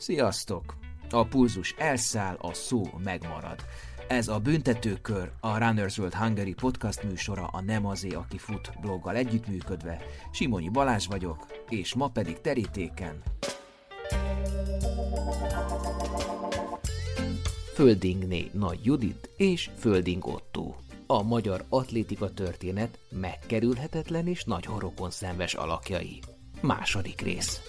Sziasztok! A pulzus elszáll, a szó megmarad. Ez a Büntetőkör, a Runners World Hungary podcast műsora a Nem azé, aki fut bloggal együttműködve. Simonyi Balázs vagyok, és ma pedig terítéken Földingné Nagy Judit és Földing Ottó. A magyar atlétika történet megkerülhetetlen és nagy horrokon szenves alakjai. Második rész.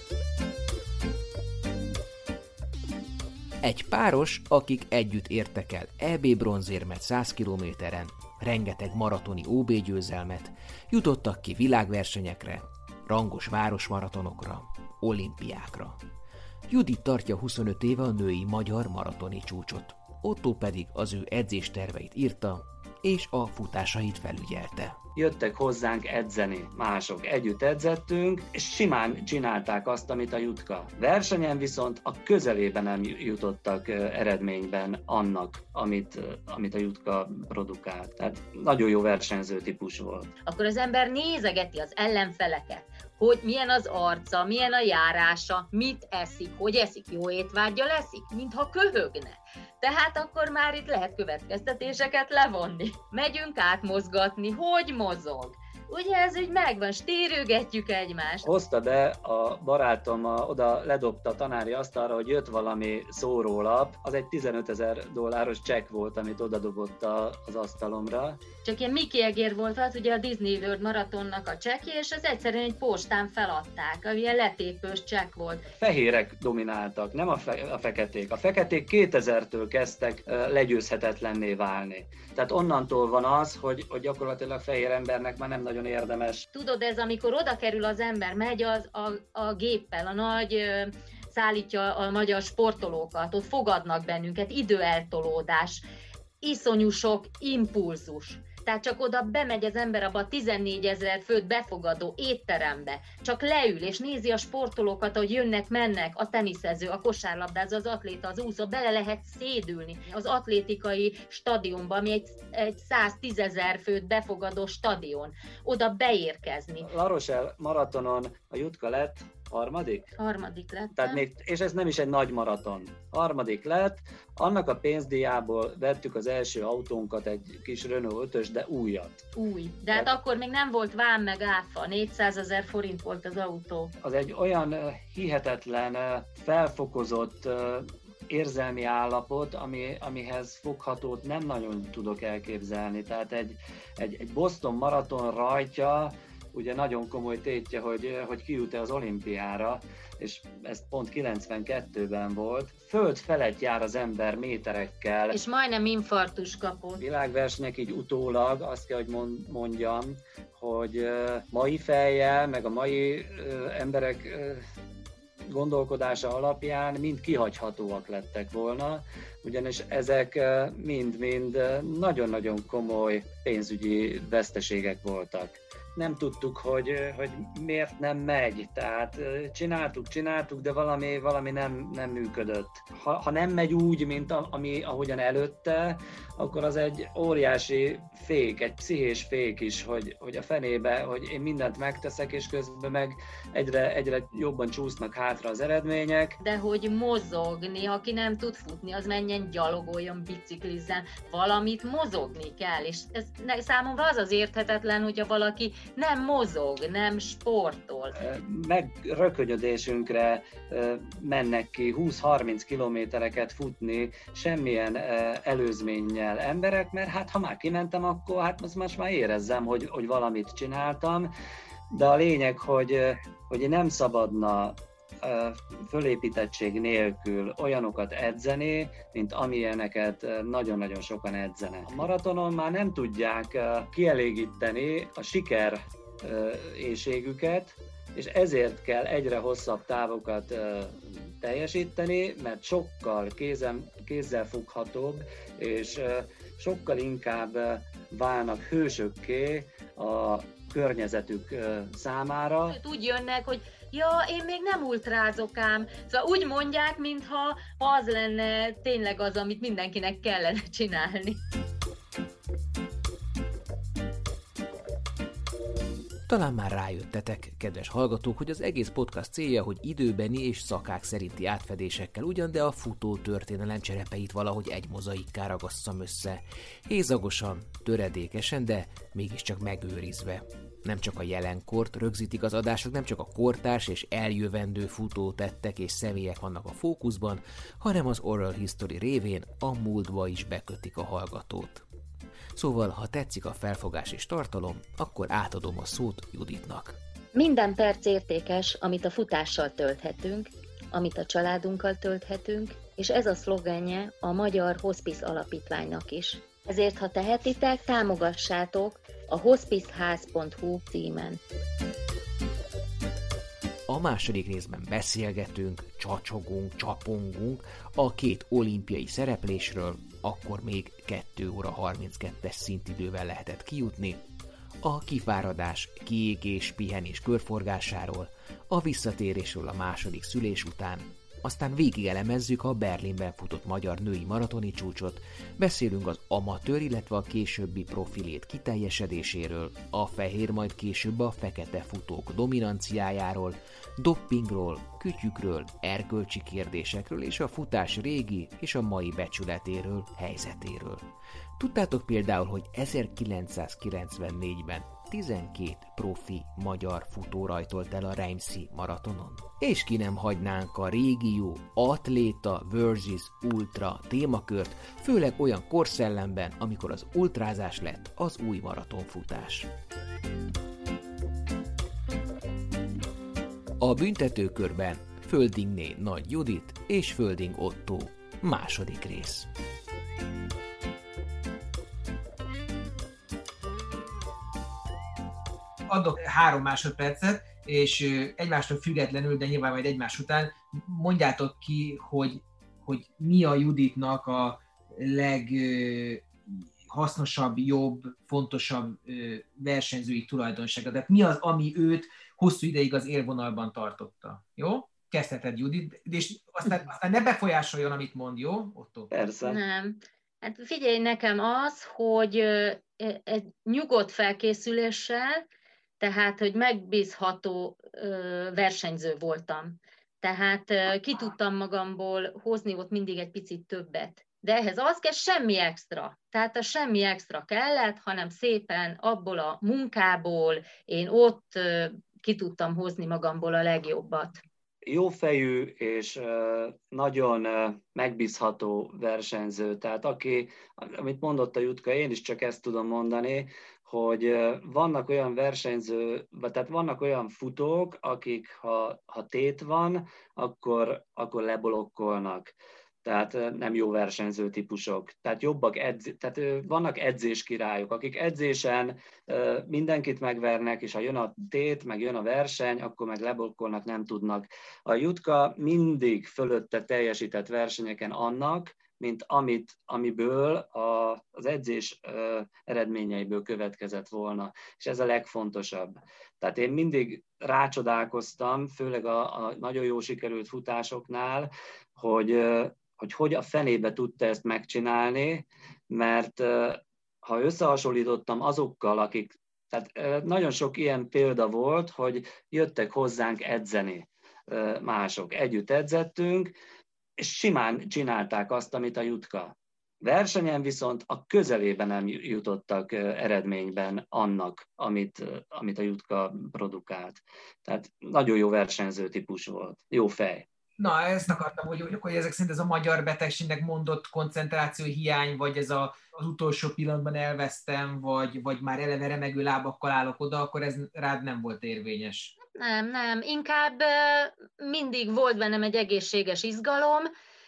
Egy páros, akik együtt értek el EB bronzérmet 100 kilométeren, rengeteg maratoni OB győzelmet, jutottak ki világversenyekre, rangos városmaratonokra, olimpiákra. Judit tartja 25 éve a női magyar maratoni csúcsot, Ottó pedig az ő edzésterveit írta, és a futásait felügyelte. Jöttek hozzánk edzeni mások, együtt edzettünk, és simán csinálták azt, amit a Jutka. Versenyen viszont a közelében nem jutottak eredményben annak, amit a Jutka produkált. Tehát nagyon jó versenyző típus volt. Akkor az ember nézegeti az ellenfeleket, hogy milyen az arca, milyen a járása, mit eszik, hogy eszik, jó étvágya leszik, mintha köhögne. Tehát akkor már itt lehet következtetéseket levonni. Megyünk átmozgatni, hogy mozog. Ugye ez úgy megvan, stérőgetjük egymást. Hozta be a barátom, oda ledobta a tanári asztalra, hogy jött valami szórólap. Az egy $15,000 csekk volt, amit odadobott az asztalomra. Csak ilyen Mickey egér volt az, ugye a Disney World maratonnak a csekkje, és az egyszerűen egy postán feladták, ilyen letépős csekk volt. Fehérek domináltak, nem a feketék. A feketék 2000-től kezdtek legyőzhetetlenné válni. Tehát onnantól van az, hogy gyakorlatilag fehér embernek már nem nagyon érdemes. Tudod, ez amikor oda kerül az ember, megy a géppel, a nagy szállítja a magyar sportolókat, ott fogadnak bennünket, időeltolódás, iszonyú sok impulzus. Tehát csak oda bemegy az ember abba a 14 000 főt befogadó étterembe, csak leül és nézi a sportolókat, hogy jönnek, mennek, a teniszező, a kosárlabdázó, az atléta, az úszó, bele lehet szédülni az atlétikai stadionba, ami egy 110 000 főt befogadó stadion, oda beérkezni. La Rochelle maratonon a Jutka lett Harmadik lett. Tehát és ez nem is egy nagy maraton. Harmadik lett, annak a pénzdiából vettük az első autónkat, egy kis Renault 5-ös, de újat. Új, de hát akkor még nem volt vám meg áfa, 400 000 forint volt az autó. Az egy olyan hihetetlen, felfokozott érzelmi állapot, amihez foghatót nem nagyon tudok elképzelni. Tehát egy Boston maraton rajtja, ugye nagyon komoly tétje, hogy kijut-e az olimpiára, és ez pont 92-ben volt. Föld felett jár az ember méterekkel. És majdnem infarktus kapott. Világversenyek így utólag, azt kell, hogy mondjam, hogy mai fejjel, meg a mai emberek gondolkodása alapján mind kihagyhatóak lettek volna, ugyanis ezek mind-mind nagyon-nagyon komoly pénzügyi veszteségek voltak. Nem tudtuk, hogy miért nem megy, tehát csináltuk, de valami nem működött. Ha nem megy úgy, mint ahogyan előtte, akkor az egy óriási fék, egy pszichés fék is, hogy a fenébe, hogy én mindent megteszek, és közben meg egyre jobban csúsznak hátra az eredmények. De hogy mozogni, aki nem tud futni, az menjen gyalogoljon, biciklizzen, valamit mozogni kell, és ez számomra az érthetetlen, hogyha valaki nem mozog, nem sportol. Megrökönyödésünkre mennek ki 20-30 kilométereket futni semmilyen előzménnyel emberek, mert hát ha már kimentem, akkor hát most már érezzem, hogy valamit csináltam, de a lényeg, hogy nem szabadna fölépítettség nélkül olyanokat edzeni, mint amilyeneket nagyon-nagyon sokan edzenek. A maratonon már nem tudják kielégíteni a siker éhségüket, és ezért kell egyre hosszabb távokat teljesíteni, mert sokkal kézzelfoghatóbb, és sokkal inkább válnak hősökké a környezetük számára. Úgy jönnek, hogy ja, én még nem ultrázok ám. Szóval úgy mondják, mintha az lenne tényleg az, amit mindenkinek kellene csinálni. Talán már rájöttetek, kedves hallgatók, hogy az egész podcast célja, hogy időbeni és szakák szerinti átfedésekkel ugyan, de a futó történelem cserepeit valahogy egy mozaikká ragasszam össze. Hézagosan, töredékesen, de mégiscsak megőrizve. Nem csak a jelenkort rögzítik az adások, nem csak a kortárs és eljövendő futótettek és személyek vannak a fókuszban, hanem az oral history révén a múltba is bekötik a hallgatót. Szóval, ha tetszik a felfogás és tartalom, akkor átadom a szót Juditnak. Minden perc értékes, amit a futással tölthetünk, amit a családunkkal tölthetünk, és ez a szlogenje a Magyar Hospice Alapítványnak is. Ezért, ha tehetitek, támogassátok a hospiceház.hu címen. A második részben beszélgetünk, csacsogunk, csapongunk a két olimpiai szereplésről, akkor még 2 óra 32-es szintidővel lehetett kijutni, a kifáradás, kiégés, pihenés körforgásáról, a visszatérésről a második szülés után, aztán végigelemezzük a Berlinben futott magyar női maratoni csúcsot, beszélünk az amatőr, illetve a későbbi profilét kiteljesedéséről, a fehér majd később a fekete futók dominanciájáról, doppingról, kütyükről, erkölcsi kérdésekről és a futás régi és a mai becsületéről, helyzetéről. Tudtátok például, hogy 1994-ben 12 profi magyar futó rajtolt el a Reimsi maratonon? És ki nem hagynánk a régió atléta versus ultra témakört, főleg olyan korszellemben, amikor az ultrázás lett az új maratonfutás. A büntetőkörben Földingné Nagy Judit és Földing Otto. Második rész. Adok 3 másodpercet, és egymástól függetlenül, de nyilván majd egymás után mondjátok ki, hogy mi a Juditnak a leghasznosabb, jobb, fontosabb versenyzői tulajdonsága. Tehát mi az, ami őt hosszú ideig az élvonalban tartotta. Jó? Kezdheted, Judit, és aztán ne befolyásoljon, amit mond, jó? Otto? Persze. Nem. Hát figyelj, nekem az, hogy egy nyugodt felkészüléssel, tehát, hogy megbízható versenyző voltam. Tehát ki tudtam magamból hozni ott mindig egy picit többet. De ehhez az kell, semmi extra. Tehát a semmi extra kellett, hanem szépen abból a munkából én ott ki tudtam hozni magamból a legjobbat. Jófejű és nagyon megbízható versenyző. Tehát amit mondott a Jutka, én is csak ezt tudom mondani, hogy vannak olyan tehát vannak olyan futók, akik ha tét van, akkor leblokkolnak. Tehát nem jó versenyző típusok. Tehát tehát vannak edzéskirályok, akik edzésen mindenkit megvernek, és ha jön a tét, meg jön a verseny, akkor meg leblokkolnak, nem tudnak. A Jutka mindig fölötte teljesített versenyeken annak, mint amiből az edzés eredményeiből következett volna. És ez a legfontosabb. Tehát én mindig rácsodálkoztam, főleg a nagyon jó sikerült futásoknál, hogy a fenébe tudta ezt megcsinálni, mert ha összehasonlítottam azokkal, tehát nagyon sok ilyen példa volt, hogy jöttek hozzánk edzeni mások. Együtt edzettünk, és simán csinálták azt, amit a Jutka. Versenyen viszont a közelében nem jutottak eredményben annak, amit a Jutka produkált. Tehát nagyon jó versenyző típus volt, jó fej. Na, ezt akartam, hogy ezek szerint ez a magyar betegségnek mondott koncentráció hiány, vagy ez az utolsó pillanatban elvesztem, vagy már eleve remegő lábakkal állok oda, akkor ez rád nem volt érvényes. Nem. Inkább mindig volt bennem egy egészséges izgalom,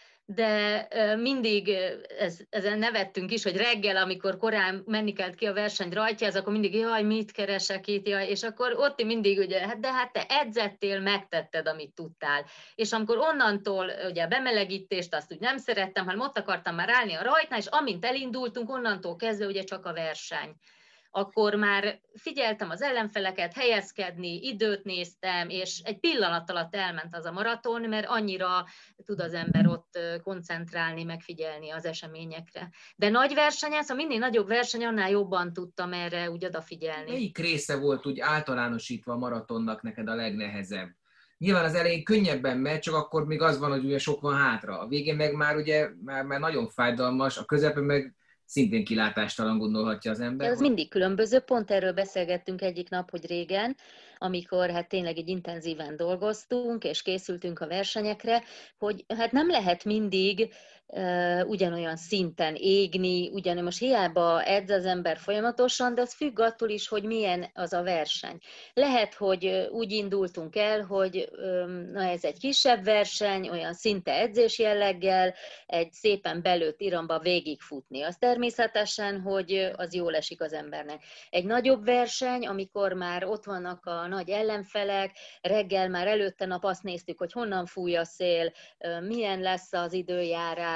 de mindig ezen nevettünk is, hogy reggel, amikor korán menni kellett ki a verseny rajtjához, akkor mindig, jaj, mit keresek itt, jaj, és akkor ott mindig, ugye, de hát te edzettél, megtetted, amit tudtál. És amikor onnantól, ugye a bemelegítést, azt úgy nem szerettem, hanem ott akartam már állni a rajtnál, és amint elindultunk, onnantól kezdve ugye csak a verseny. akkor már figyeltem az ellenfeleket, helyezkedni, időt néztem, és egy pillanat alatt elment az a maraton, mert annyira tud az ember ott koncentrálni, megfigyelni az eseményekre. De nagy versenyen, szóval minél nagyobb verseny, annál jobban tudtam erre úgy odafigyelni. Melyik része volt úgy általánosítva a maratonnak neked a legnehezebb? Nyilván az elején könnyebben megy, csak akkor még az van, hogy ugye sok van hátra. A végén meg már ugye már nagyon fájdalmas, a közepén meg szintén kilátástalan gondolhatja az ember. Ez mindig különböző, pont erről beszélgettünk egyik nap, hogy régen, amikor hát tényleg így intenzíven dolgoztunk, és készültünk a versenyekre, hogy hát nem lehet mindig ugyanolyan szinten égni, most hiába edz az ember folyamatosan, de az függ attól is, hogy milyen az a verseny. Lehet, hogy úgy indultunk el, hogy na ez egy kisebb verseny, olyan szinte edzés jelleggel, egy szépen belőtt iramba végigfutni. Az természetesen, hogy az jól esik az embernek. Egy nagyobb verseny, amikor már ott vannak a nagy ellenfelek, reggel már előtte nap azt néztük, hogy honnan fúj a szél, milyen lesz az időjárás,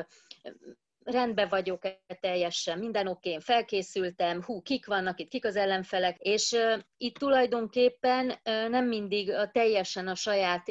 rendben vagyok-e teljesen, minden oké, én felkészültem, kik vannak itt, kik az ellenfelek, és itt tulajdonképpen nem mindig teljesen a saját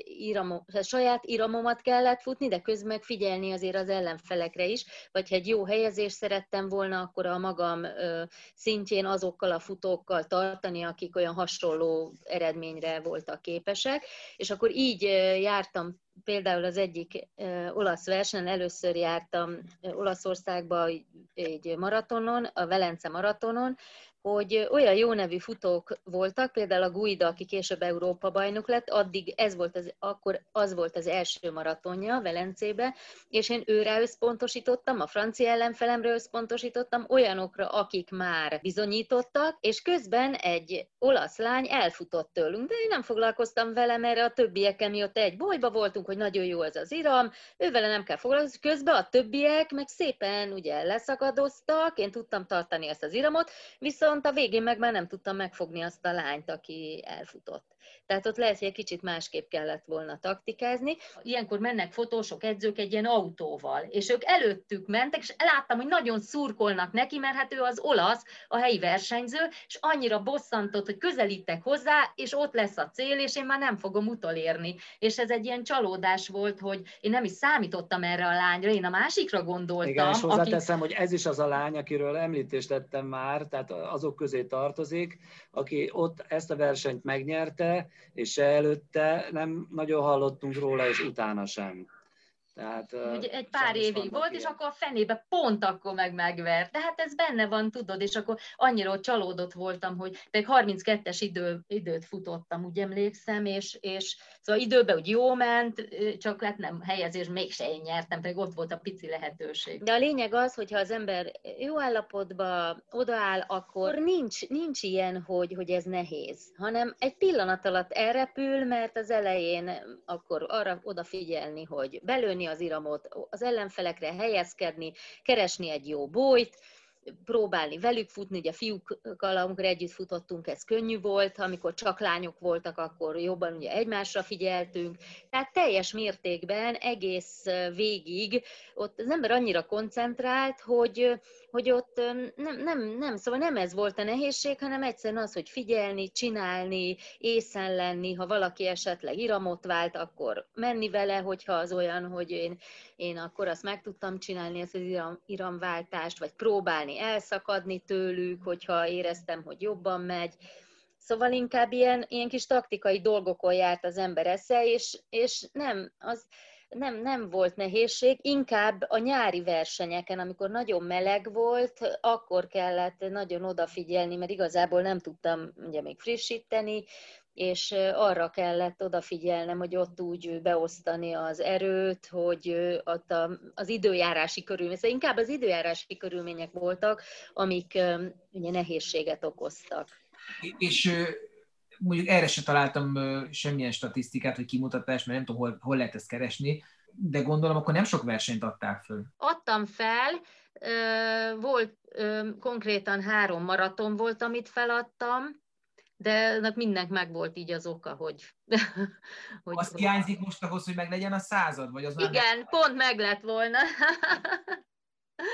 iramomat kellett futni, de közben megfigyelni azért az ellenfelekre is, vagy ha egy jó helyezést szerettem volna, akkor a magam szintjén azokkal a futókkal tartani, akik olyan hasonló eredményre voltak képesek, és akkor így jártam. Például az egyik olasz versenyen először jártam Olaszországba egy maratonon, a Velence maratonon, hogy olyan jó nevű futók voltak, például a Guida, aki később Európa-bajnok lett, addig akkor az volt az első maratonja Velencébe, és én őre összpontosítottam, a francia ellenfelemre összpontosítottam, olyanokra, akik már bizonyítottak, és közben egy olasz lány elfutott tőlünk, de én nem foglalkoztam vele, mert a többiekkel mi ott egy bolyba voltunk, hogy nagyon jó ez az iram, ővele nem kell foglalkozni, közben a többiek meg szépen ugye leszakadoztak, én tudtam tartani ezt az iramot, viszont a végén meg már nem tudtam megfogni azt a lányt, aki elfutott. Tehát ott lehet, hogy egy kicsit másképp kellett volna taktikázni. Ilyenkor mennek fotósok, edzők egy ilyen autóval, és ők előttük mentek, és láttam, hogy nagyon szurkolnak neki, mert hát ő az olasz, a helyi versenyző, és annyira bosszantott, hogy közelítek hozzá, és ott lesz a cél, és én már nem fogom utolérni. És ez egy ilyen csalódás volt, hogy én nem is számítottam erre a lányra, én a másikra gondoltam. Igen, és hozzáteszem, hogy ez is az a lány, akiről említést tettem már, tehát azok közé tartozik, aki ott ezt a versenyt megnyerte, és se előtte nem nagyon hallottunk róla, és utána sem. Tehát, ugye egy pár évig volt, és akkor a fenébe pont akkor megvert. De hát ez benne van, tudod, és akkor annyira csalódott voltam, hogy pedig 32-es időt futottam, úgy emlékszem, és szóval időben úgy jó ment, csak hát nem helyezés, mégse én nyertem, pedig ott volt a pici lehetőség. De a lényeg az, hogyha az ember jó állapotba odaáll, akkor nincs ilyen, hogy ez nehéz, hanem egy pillanat alatt elrepül, mert az elején akkor arra odafigyelni, hogy belőni az iramot, az ellenfelekre helyezkedni, keresni egy jó bójt, próbálni velük futni, ugye fiúkkal, amikor együtt futottunk, ez könnyű volt, amikor csak lányok voltak, akkor jobban ugye egymásra figyeltünk, tehát teljes mértékben egész végig ott az ember annyira koncentrált, hogy ott szóval nem ez volt a nehézség, hanem egyszerűen az, hogy figyelni, csinálni, észen lenni, ha valaki esetleg iramot vált, akkor menni vele, hogyha az olyan, hogy én akkor azt meg tudtam csinálni, ezt az iramváltást, vagy próbálni elszakadni tőlük, hogyha éreztem, hogy jobban megy. Szóval inkább ilyen kis taktikai dolgokon járt az ember esze, és nem volt nehézség, inkább a nyári versenyeken, amikor nagyon meleg volt, akkor kellett nagyon odafigyelni, mert igazából nem tudtam ugye még frissíteni, és arra kellett odafigyelnem, hogy ott úgy beosztani az erőt, hogy ott az időjárási körülmények, szóval inkább az időjárási körülmények voltak, amik ugye nehézséget okoztak. És mondjuk erre se találtam semmilyen statisztikát, vagy kimutatást, mert nem tudom, hol lehet ezt keresni, de gondolom, akkor nem sok versenyt adták föl. Adtam fel, volt konkrétan 3 maraton volt, amit feladtam, de mindennek meg volt így az oka, hogy azt hiányzik most ahhoz, hogy meglegyen a 100, vagy az igen, pont meg lett volna.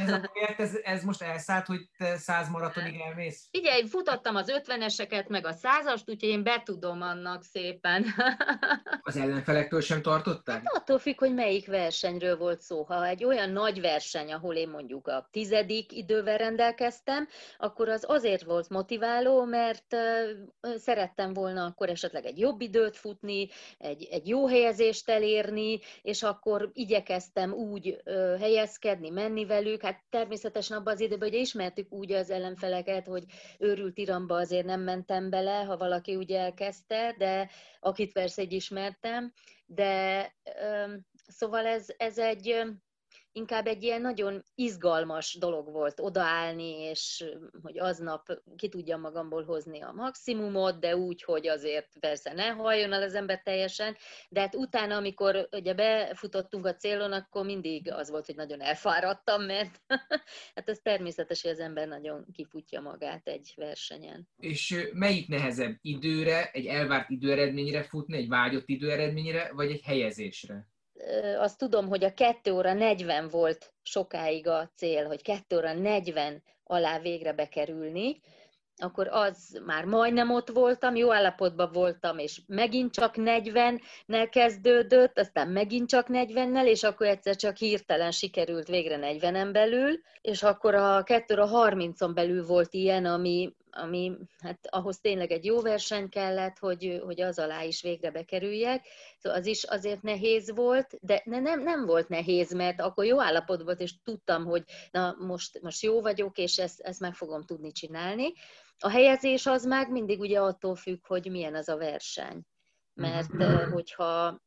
ez a projekt, ez most elszállt, hogy te 100 maratonig elmész? Figyelj, futottam az 50-eseket, meg a 100-ast, úgyhogy én betudom annak szépen. Az ellenfelektől sem tartották? Hát attól függ, hogy melyik versenyről volt szó. Ha egy olyan nagy verseny, ahol én mondjuk a 10. idővel rendelkeztem, akkor az azért volt motiváló, mert szerettem volna akkor esetleg egy jobb időt futni, egy jó helyezést elérni, és akkor igyekeztem úgy helyezkedni, menni velük. Hát természetesen abban az időben ugye ismertük úgy az ellenfeleket, hogy őrült iramba azért nem mentem bele, ha valaki úgy elkezdte, de akit persze így ismertem, de szóval ez inkább egy ilyen nagyon izgalmas dolog volt odaállni, és hogy aznap ki tudjam magamból hozni a maximumot, de úgy, hogy azért persze ne halljon el az ember teljesen, de hát utána, amikor ugye befutottunk a célon, akkor mindig az volt, hogy nagyon elfáradtam, mert hát ez természetes, hogy az ember nagyon kifutja magát egy versenyen. És melyik nehezebb? Időre, egy elvárt időeredményre futni, egy vágyott időeredményre, vagy egy helyezésre? Azt tudom, hogy a 2 óra 40 volt sokáig a cél, hogy 2 óra 40 alá végre bekerülni, akkor az már majdnem ott voltam, jó állapotban voltam, és megint csak 40-nel kezdődött, aztán megint csak 40-nel, és akkor egyszer csak hirtelen sikerült végre 40-en belül, és akkor a 2 óra 30-on belül volt ilyen, ami hát ahhoz tényleg egy jó verseny kellett, hogy az alá is végre bekerüljek. Szóval az is azért nehéz volt, de nem volt nehéz, mert akkor jó állapotban volt, és tudtam, hogy na most jó vagyok, és ezt meg fogom tudni csinálni. A helyezés az meg mindig ugye attól függ, hogy milyen az a verseny. Mert hogyha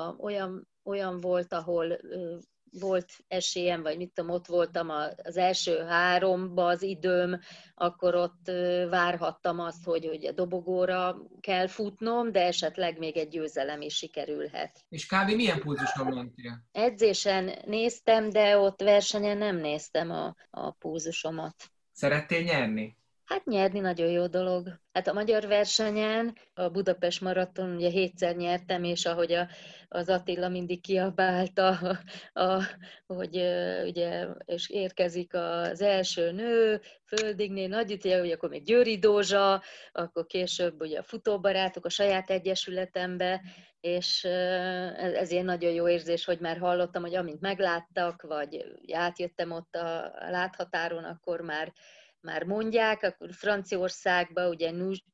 olyan volt, ahol volt esélyem, vagy mit tudom, ott voltam az első 3-ba az időm, akkor ott várhattam azt, hogy a dobogóra kell futnom, de esetleg még egy győzelem is sikerülhet. És kb. Milyen pulzuson mentél? Edzésen néztem, de ott versenyen nem néztem a pulzusomat. Szerettél nyerni? Hát nyerni nagyon jó dolog. Hát a magyar versenyen, a Budapest maraton, ugye 7-szer nyertem, és ahogy az Attila mindig kiabálta, hogy ugye és érkezik az első nő, Földigné Nagyütje, ugye akkor még Győri Dózsa, akkor később ugye a futóbarátok a saját egyesületembe, és ez ilyen nagyon jó érzés, hogy már hallottam, hogy amint megláttak, vagy átjöttem ott a láthatáron, akkor már mondják, akkor Franciaországban ugye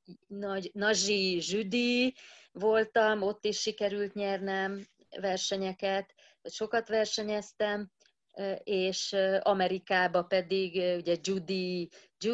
Nazsi Zsüdi voltam, ott is sikerült nyernem versenyeket, vagy sokat versenyeztem, és Amerikában pedig ugye Judy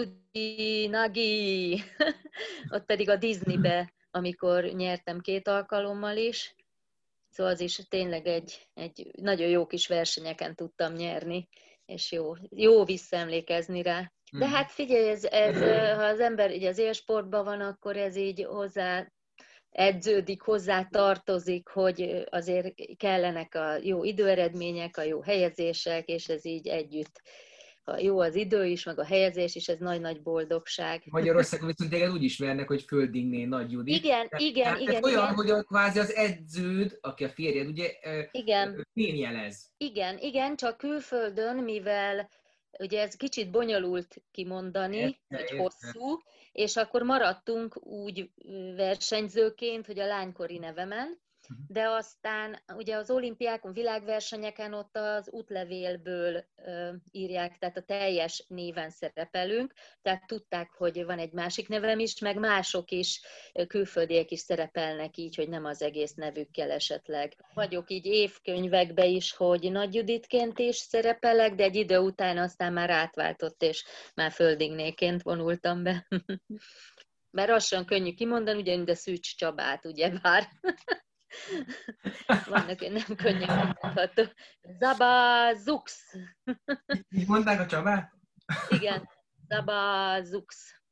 Nagy, ott pedig a Disneybe, amikor nyertem 2 alkalommal is, szóval az is tényleg egy nagyon jó kis versenyeken tudtam nyerni, és jó visszaemlékezni rá. De hát figyelj, ha az ember így az élsportban van, akkor ez így hozzá edződik, hozzá tartozik, hogy azért kellenek a jó időeredmények, a jó helyezések, és ez így együtt. Ha jó az idő is, meg a helyezés is, ez nagy-nagy boldogság. Magyarországon viszont téged úgy ismernek, hogy Földigné Nagy Judit. Igen. Olyan, hogy kvázi az edződ, aki a férjed, ugye fényjelez. Igen, csak külföldön, mivel ugye ez kicsit bonyolult kimondani, így hosszú, és akkor maradtunk úgy versenyzőként, hogy a lánykori nevemen, de aztán ugye az olimpiákon, világversenyeken ott az útlevélből írják, tehát a teljes néven szerepelünk, tehát tudták, hogy van egy másik nevem is, meg mások is, külföldiek is szerepelnek így, hogy nem az egész nevükkel esetleg. Vagyok így évkönyvekbe is, hogy Nagy Juditként is szerepelek, de egy idő után aztán már átváltott, és már Földignéként vonultam be. Mert az sem könnyű kimondani, ugyanúgy a Szűcs Csabát, ugyebár. Vannak, nem könnyen mondható. Zabazux. Így mondták a Csabát? Igen, Zabazux.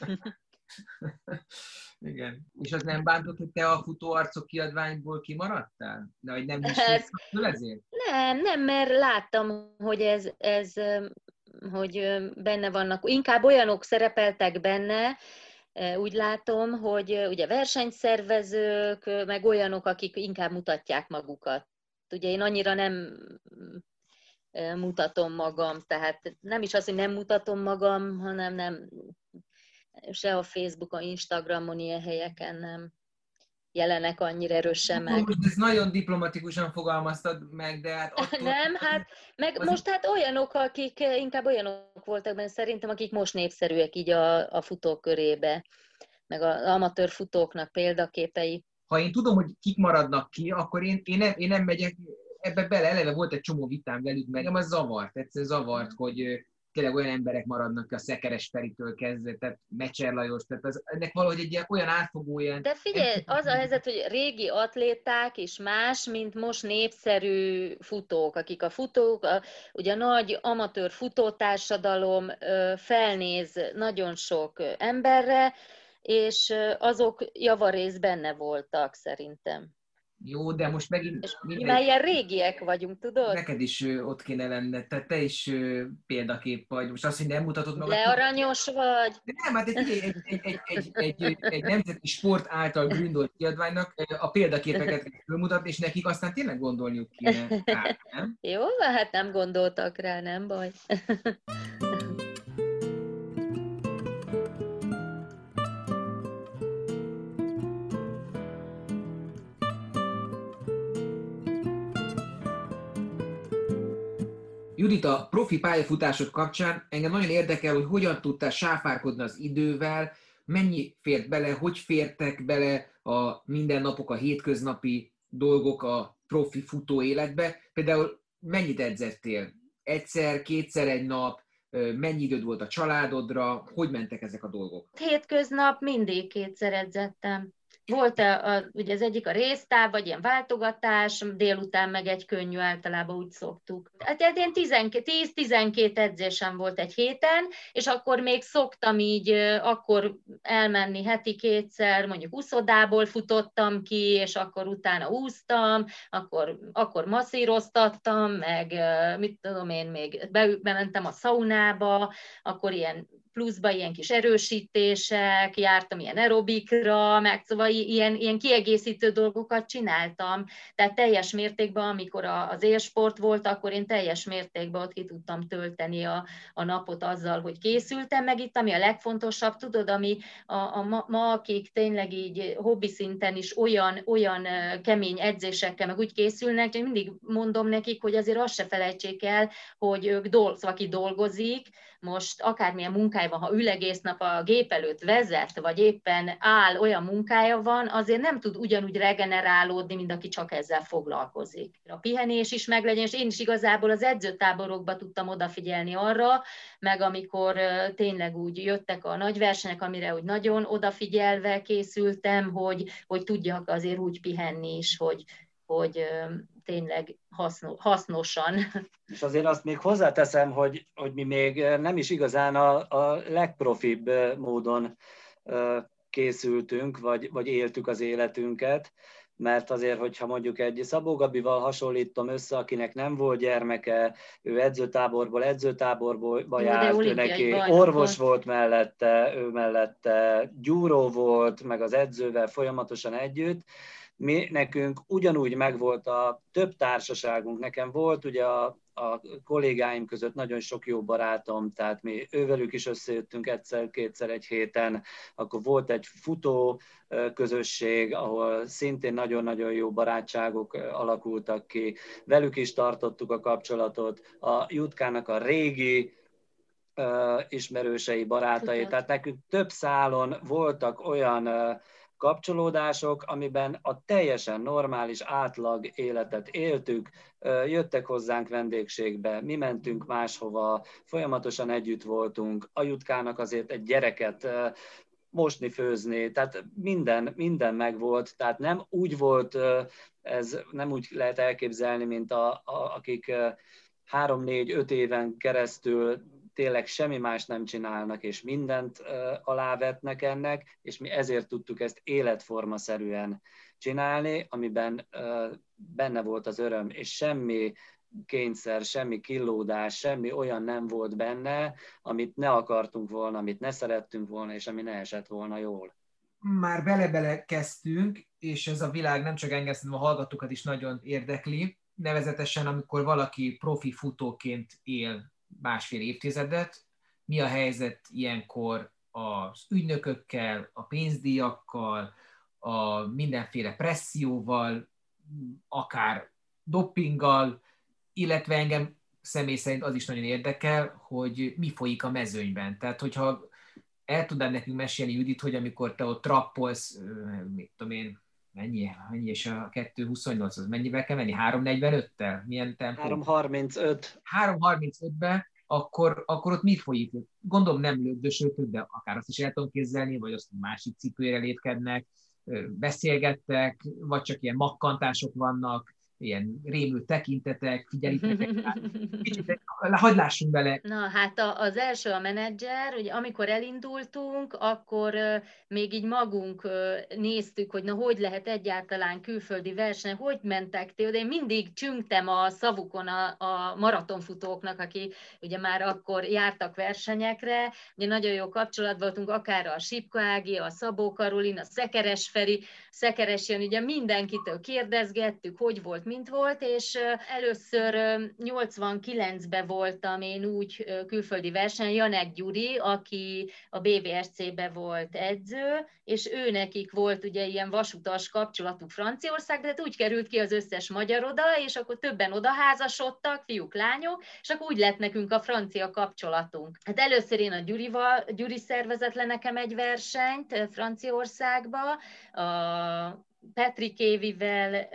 Igen. És az nem bántott, hogy te a futóarcok kiadványból kimaradtál? De hogy nem is ezért? Nem, mert láttam, hogy ez hogy benne vannak. Inkább olyanok szerepeltek benne, úgy látom, hogy ugye versenyszervezők, meg olyanok, akik inkább mutatják magukat. Ugye én annyira mutatom magam, tehát nem is az, hogy nem mutatom magam, hanem nem, se a Facebookon, Instagramon, ilyen helyeken nem jelenek annyira erősen meg. Most ezt nagyon diplomatikusan fogalmaztad meg, de hát attól... Nem, hát meg most hát olyanok, akik inkább olyanok voltak benne szerintem, akik most népszerűek így a futók körébe, meg az amatőr futóknak példaképei. Ha én tudom, hogy kik maradnak ki, akkor én nem megyek ebbe bele. Eleve volt egy csomó vitám velük, meg az zavart, egyszerűen zavart, hogy tényleg olyan emberek maradnak ki a Szekeres Feritől kezdve, tehát Mecser Lajos, tehát ennek valahogy egy ilyen olyan átfogó ilyen... De figyelj, az a helyzet, hogy régi atléták is más, mint most népszerű futók, akik a futók, ugye a nagy amatőr futótársadalom felnéz nagyon sok emberre, és azok javarész benne voltak szerintem. Jó, de most megint... És mi már ilyen régiek vagyunk, tudod? Neked is ott kéne lenned, tehát te is példakép vagy. Most azt, hogy nem mutatod magad... De aranyos vagy. De nem, hát egy nemzeti sport által gründolt kiadványnak a példaképeket kell felmutatni, és nekik aztán tényleg gondolniuk kéne rá, nem? Jó, hát nem gondoltak rá, nem baj. Judit, a profi pályafutásod kapcsán engem nagyon érdekel, hogy hogyan tudtál sáfárkodni az idővel, mennyi fért bele, hogy fértek bele a mindennapok, a hétköznapi dolgok a profi futó életbe. Például mennyit edzettél? Egyszer, kétszer egy nap? Mennyi időd volt a családodra? Hogy mentek ezek a dolgok? Hétköznap mindig kétszer edzettem. Volt ugye az egyik a résztáv, vagy ilyen váltogatás, délután meg egy könnyű, általában úgy szoktuk. Hát én 10-12 edzésem volt egy héten, és akkor még szoktam így akkor elmenni heti kétszer, mondjuk úszodából futottam ki, és akkor utána úsztam, akkor masszíroztattam, meg mit tudom én, még bementem a szaunába, akkor ilyen pluszba ilyen kis erősítések, jártam ilyen aerobikra, meg szóval ilyen kiegészítő dolgokat csináltam. Tehát teljes mértékben, amikor az élsport volt, akkor én teljes mértékben ott ki tudtam tölteni a napot azzal, hogy készültem. Meg itt, ami a legfontosabb, tudod, ami ma akik tényleg így hobbi szinten is olyan kemény edzésekkel meg úgy készülnek, hogy mindig mondom nekik, hogy azért azt se felejtsék el, hogy ők szóval aki dolgozik, most akármilyen munkája van, ha ül egész nap a gép előtt vezet, vagy éppen áll, olyan munkája van, azért nem tud ugyanúgy regenerálódni, mint aki csak ezzel foglalkozik. A pihenés is meglegyen, és én is igazából az edzőtáborokba tudtam odafigyelni arra, meg amikor tényleg úgy jöttek a nagy versenyek, amire úgy nagyon odafigyelve készültem, hogy tudjak azért úgy pihenni is, hogy tényleg hasznosan. És azért azt még hozzáteszem, hogy mi még nem is igazán a legprofibb módon készültünk, vagy éltük az életünket, mert azért, hogyha mondjuk egy Szabó Gabival hasonlítom össze, akinek nem volt gyermeke, ő edzőtáborba járt, ő neki orvos volt mellette, ő mellette gyúró volt, meg az edzővel folyamatosan együtt. Nekünk ugyanúgy megvolt a több társaságunk, nekem volt ugye a kollégáim között nagyon sok jó barátom, tehát mi ővelük is összejöttünk egyszer-kétszer egy héten, akkor volt egy futó közösség, ahol szintén nagyon-nagyon jó barátságok alakultak ki, velük is tartottuk a kapcsolatot, a Jutkának a régi ismerősei, barátai, tehát nekünk több szálon voltak olyan kapcsolódások, amiben a teljesen normális, átlag életet éltük, jöttek hozzánk vendégségbe, mi mentünk máshova, folyamatosan együtt voltunk, a Jutkának azért egy gyereket mosni, főzni, tehát minden megvolt, tehát nem úgy volt, ez nem úgy lehet elképzelni, mint akik 3-4-5 éven keresztül tényleg semmi más nem csinálnak, és mindent alávetnek ennek, és mi ezért tudtuk ezt életformaszerűen csinálni, amiben benne volt az öröm, és semmi kényszer, semmi killódás, semmi olyan nem volt benne, amit ne akartunk volna, amit ne szerettünk volna, és ami ne esett volna jól. Már bele-bele kezdtünk, és ez a világ nem csak engem, hanem a hallgatókat is nagyon érdekli. nevezetesen amikor valaki profi futóként él másfél évtizedet, mi a helyzet ilyenkor az ügynökökkel, a pénzdíjakkal, a mindenféle presszióval, akár doppinggal, illetve engem személy szerint az is nagyon érdekel, hogy mi folyik a mezőnyben. Tehát, hogyha el tudnád nekünk mesélni, Judit, hogy amikor te ott trappolsz, mit tudom én, mennyi és a 2.28, az mennyivel kell menni? 3.45-tel? Milyen tempó? 3.35. 3.35-ben, akkor ott mi folyik? Gondolom nem lögdösöltök, de akár azt is el tudom képzelni, vagy azt másik cipőre lépkednek, beszélgettek, vagy csak ilyen makkantások vannak, ilyen rémült tekintetek, figyelitek. Kicsit, hadd lássunk bele. Na, hát az első a menedzser, ugye amikor elindultunk, akkor még így magunk néztük, hogy na hogy lehet egyáltalán külföldi verseny, hogy mentek ti oda. Én mindig csüngtem a szavukon a maratonfutóknak, aki ugye már akkor jártak versenyekre, ugye nagyon jó kapcsolat voltunk, akár a Sipka Ági, a Szabó Karolin, a Szekeres Feri, Szekeres Jön, ugye mindenkitől kérdezgettük, hogy volt, mint volt, és először 89-ben voltam én úgy külföldi verseny, Janek Gyuri, aki a BVSC-be volt edző, és ő nekik volt ugye ilyen vasutas kapcsolatuk Franciaország, de hát úgy került ki az összes magyar oda, és akkor többen odaházasodtak, fiúk, lányok, és akkor úgy lett nekünk a francia kapcsolatunk. Hát először én a Gyuri szervezett le nekem egy versenyt Franciaországba, a Petri Kévivel...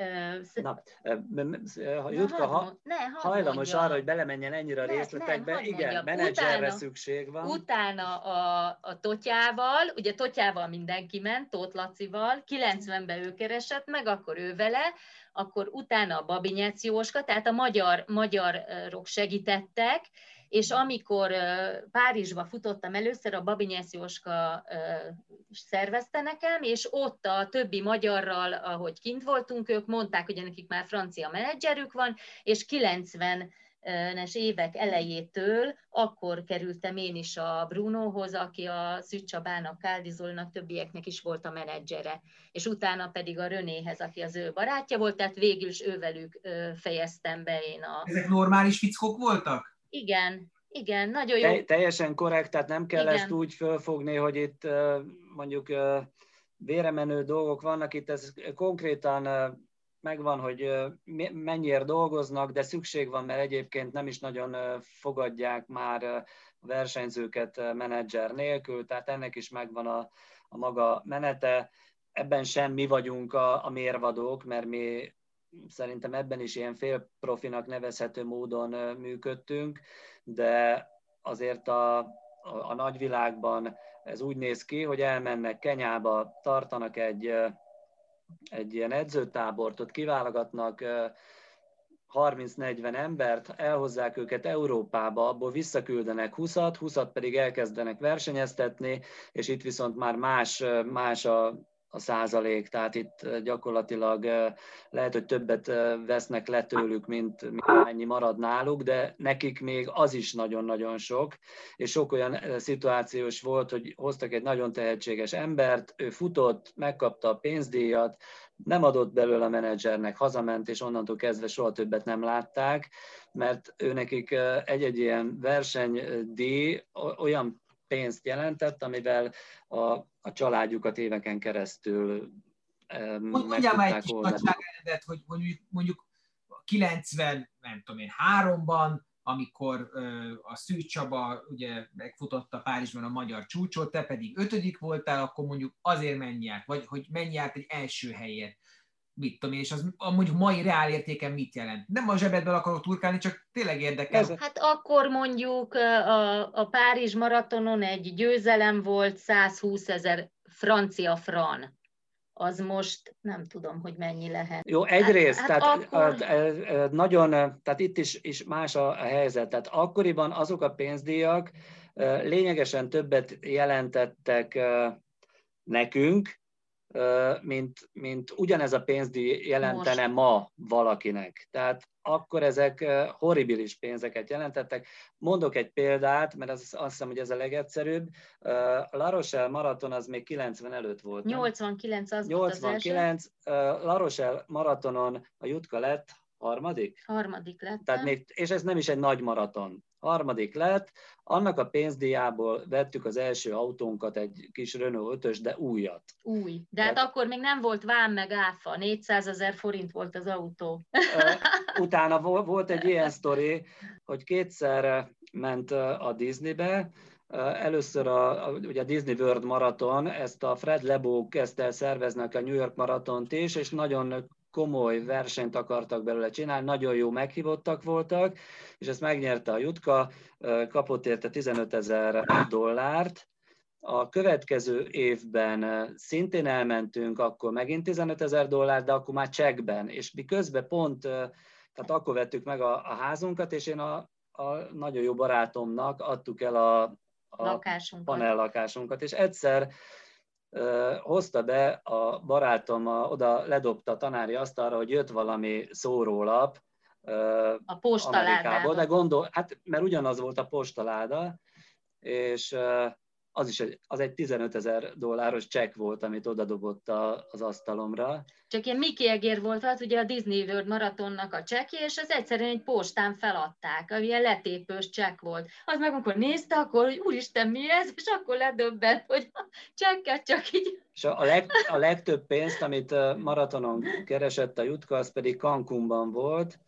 Jutka, hajlamos arra, hogy belemenjen ennyire a részletekbe. Igen, menedzserre szükség van. Utána a Totyával, ugye Totyával mindenki ment, Tóth Lacival, 90-ben ő keresett meg, akkor ő vele, akkor utána a Babinyec Jóska, tehát a magyarok segítettek, és amikor Párizsba futottam először, a Babinyec Jóska szervezte nekem, és ott a többi magyarral, ahogy kint voltunk, ők mondták, hogy nekik már francia menedzserük van, és 90-es évek elejétől akkor kerültem én is a Brunohoz, aki a Szűcs Csabának, Káldi Zolinak, többieknek is volt a menedzsere, és utána pedig a Renéhez, aki az ő barátja volt, tehát végül is ővelük fejeztem be én a... Ezek normális fickók voltak? Igen, nagyon jó. Teljesen korrekt, tehát nem kell ezt úgy fölfogni, hogy itt mondjuk véremenő dolgok vannak, itt ez konkrétan megvan, hogy mennyiért dolgoznak, de szükség van, mert egyébként nem is nagyon fogadják már a versenyzőket menedzser nélkül, tehát ennek is megvan a maga menete. Ebben sem mi vagyunk a mérvadók, mert mi szerintem ebben is ilyen félprofinak nevezhető módon működtünk, de azért a nagyvilágban ez úgy néz ki, hogy elmennek Kenyába, tartanak egy ilyen edzőtábort, ott kiválogatnak 30-40 embert, elhozzák őket Európába, abból visszaküldenek 20-at pedig elkezdenek versenyeztetni, és itt viszont már más a százalék, tehát itt gyakorlatilag lehet, hogy többet vesznek le tőlük, mint amennyi marad náluk, de nekik még az is nagyon-nagyon sok, és sok olyan szituációs volt, hogy hoztak egy nagyon tehetséges embert, ő futott, megkapta a pénzdíjat, nem adott belőle a menedzsernek, hazament, és onnantól kezdve soha többet nem látták, mert őnekik egy-egy ilyen versenydíj olyan pénzt jelentett, amivel a családjukat éveken keresztül mondjál már egy kis nagyságrendet, hogy mondjuk 93-ban, amikor a Szűcs Csaba ugye megfutotta Párizsban a magyar csúcsot, te pedig 5. voltál, akkor mondjuk azért mennyi át, vagy hogy mennyi át egy első helyért. Mit tudom én, és az mondjuk mai reál értéken mit jelent? Nem a zsebedből akarok turkálni, csak tényleg érdekel. Hát akkor mondjuk a Párizs maratonon egy győzelem volt 120 000 francia fran. Az most nem tudom, hogy mennyi lehet. Jó, egyrészt, tehát itt is más a helyzet. Tehát akkoriban azok a pénzdíjak lényegesen többet jelentettek nekünk, mint ugyanez a pénzdíj jelentene ma valakinek. Tehát akkor ezek horribilis pénzeket jelentettek. Mondok egy példát, mert azt hiszem, hogy ez a legegyszerűbb. A La Rochelle maraton az még 90 előtt volt. 89 az volt az első. La Rochelle maratonon a Jutka lett Harmadik? Harmadik lett. Tehát és ez nem is egy nagy maraton. Harmadik lett, annak a pénzdíjából vettük az első autónkat, egy kis Renault 5-ös, de újat. Új. De hát akkor még nem volt vám meg áfa, 400 000 forint volt az autó. Utána volt egy ilyen sztori, hogy kétszer ment a Disneybe. Először ugye a Disney World Marathon, ezt a Fred Lebow kezdte el szervezni a New York maratont is, és nagyon komoly versenyt akartak belőle csinálni, nagyon jó meghívottak voltak, és ezt megnyerte a Jutka, kapott érte $15,000. A következő évben szintén elmentünk, akkor megint $15,000, de akkor már csekkben, és mi közben pont, tehát akkor vettük meg a házunkat, és én a nagyon jó barátomnak adtuk el a panellakásunkat, és egyszer hozta be a barátom, oda ledobta a tanári asztalra, hogy jött valami szórólap a postaládába. De mert ugyanaz volt a postaláda, és az egy $15,000 csekk volt, amit odadobott az asztalomra. Csak ilyen Mickey egér volt, hát ugye a Disney World Marathonnak a csekkje, és az egyszerűen egy postán feladták, ilyen letépős csekk volt. Az meg akkor nézte, akkor, hogy úristen, mi ez? És akkor ledöbbent, hogy a csekket csak így... És a legtöbb pénzt, amit maratonon keresett a Jutka, az pedig Cancúnban volt,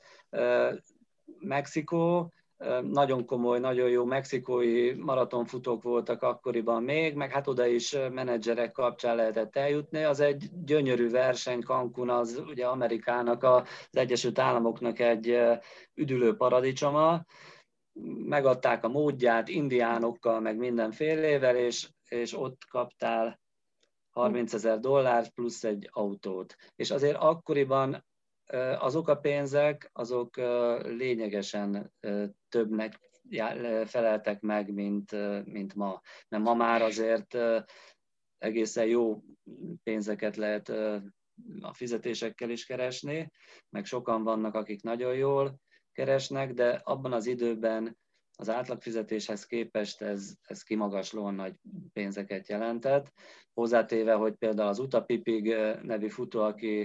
Mexikó, nagyon komoly, nagyon jó mexikói maratonfutók voltak akkoriban még, meg hát oda is menedzserek kapcsán lehetett eljutni. Az egy gyönyörű verseny, Cancún az ugye Amerikának, az Egyesült Államoknak egy üdülő paradicsoma. Megadták a módját indiánokkal, meg mindenfélével, és ott kaptál $30,000 plusz egy autót. És azért akkoriban azok a pénzek, azok lényegesen többnek feleltek meg, mint ma. Mert ma már azért egészen jó pénzeket lehet a fizetésekkel is keresni, meg sokan vannak, akik nagyon jól keresnek, de abban az időben az átlagfizetéshez képest ez kimagaslóan nagy pénzeket jelentett. Hozzátéve, hogy például az Utapipig nevű futó,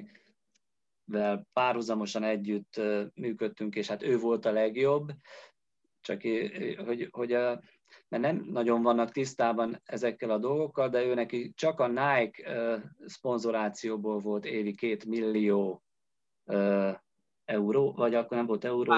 akivel párhuzamosan együtt működtünk, és hát ő volt a legjobb, csak mert nem nagyon vannak tisztában ezekkel a dolgokkal, de ő neki csak a Nike szponzorációból volt évi 2 millió euró, vagy akkor nem volt euró,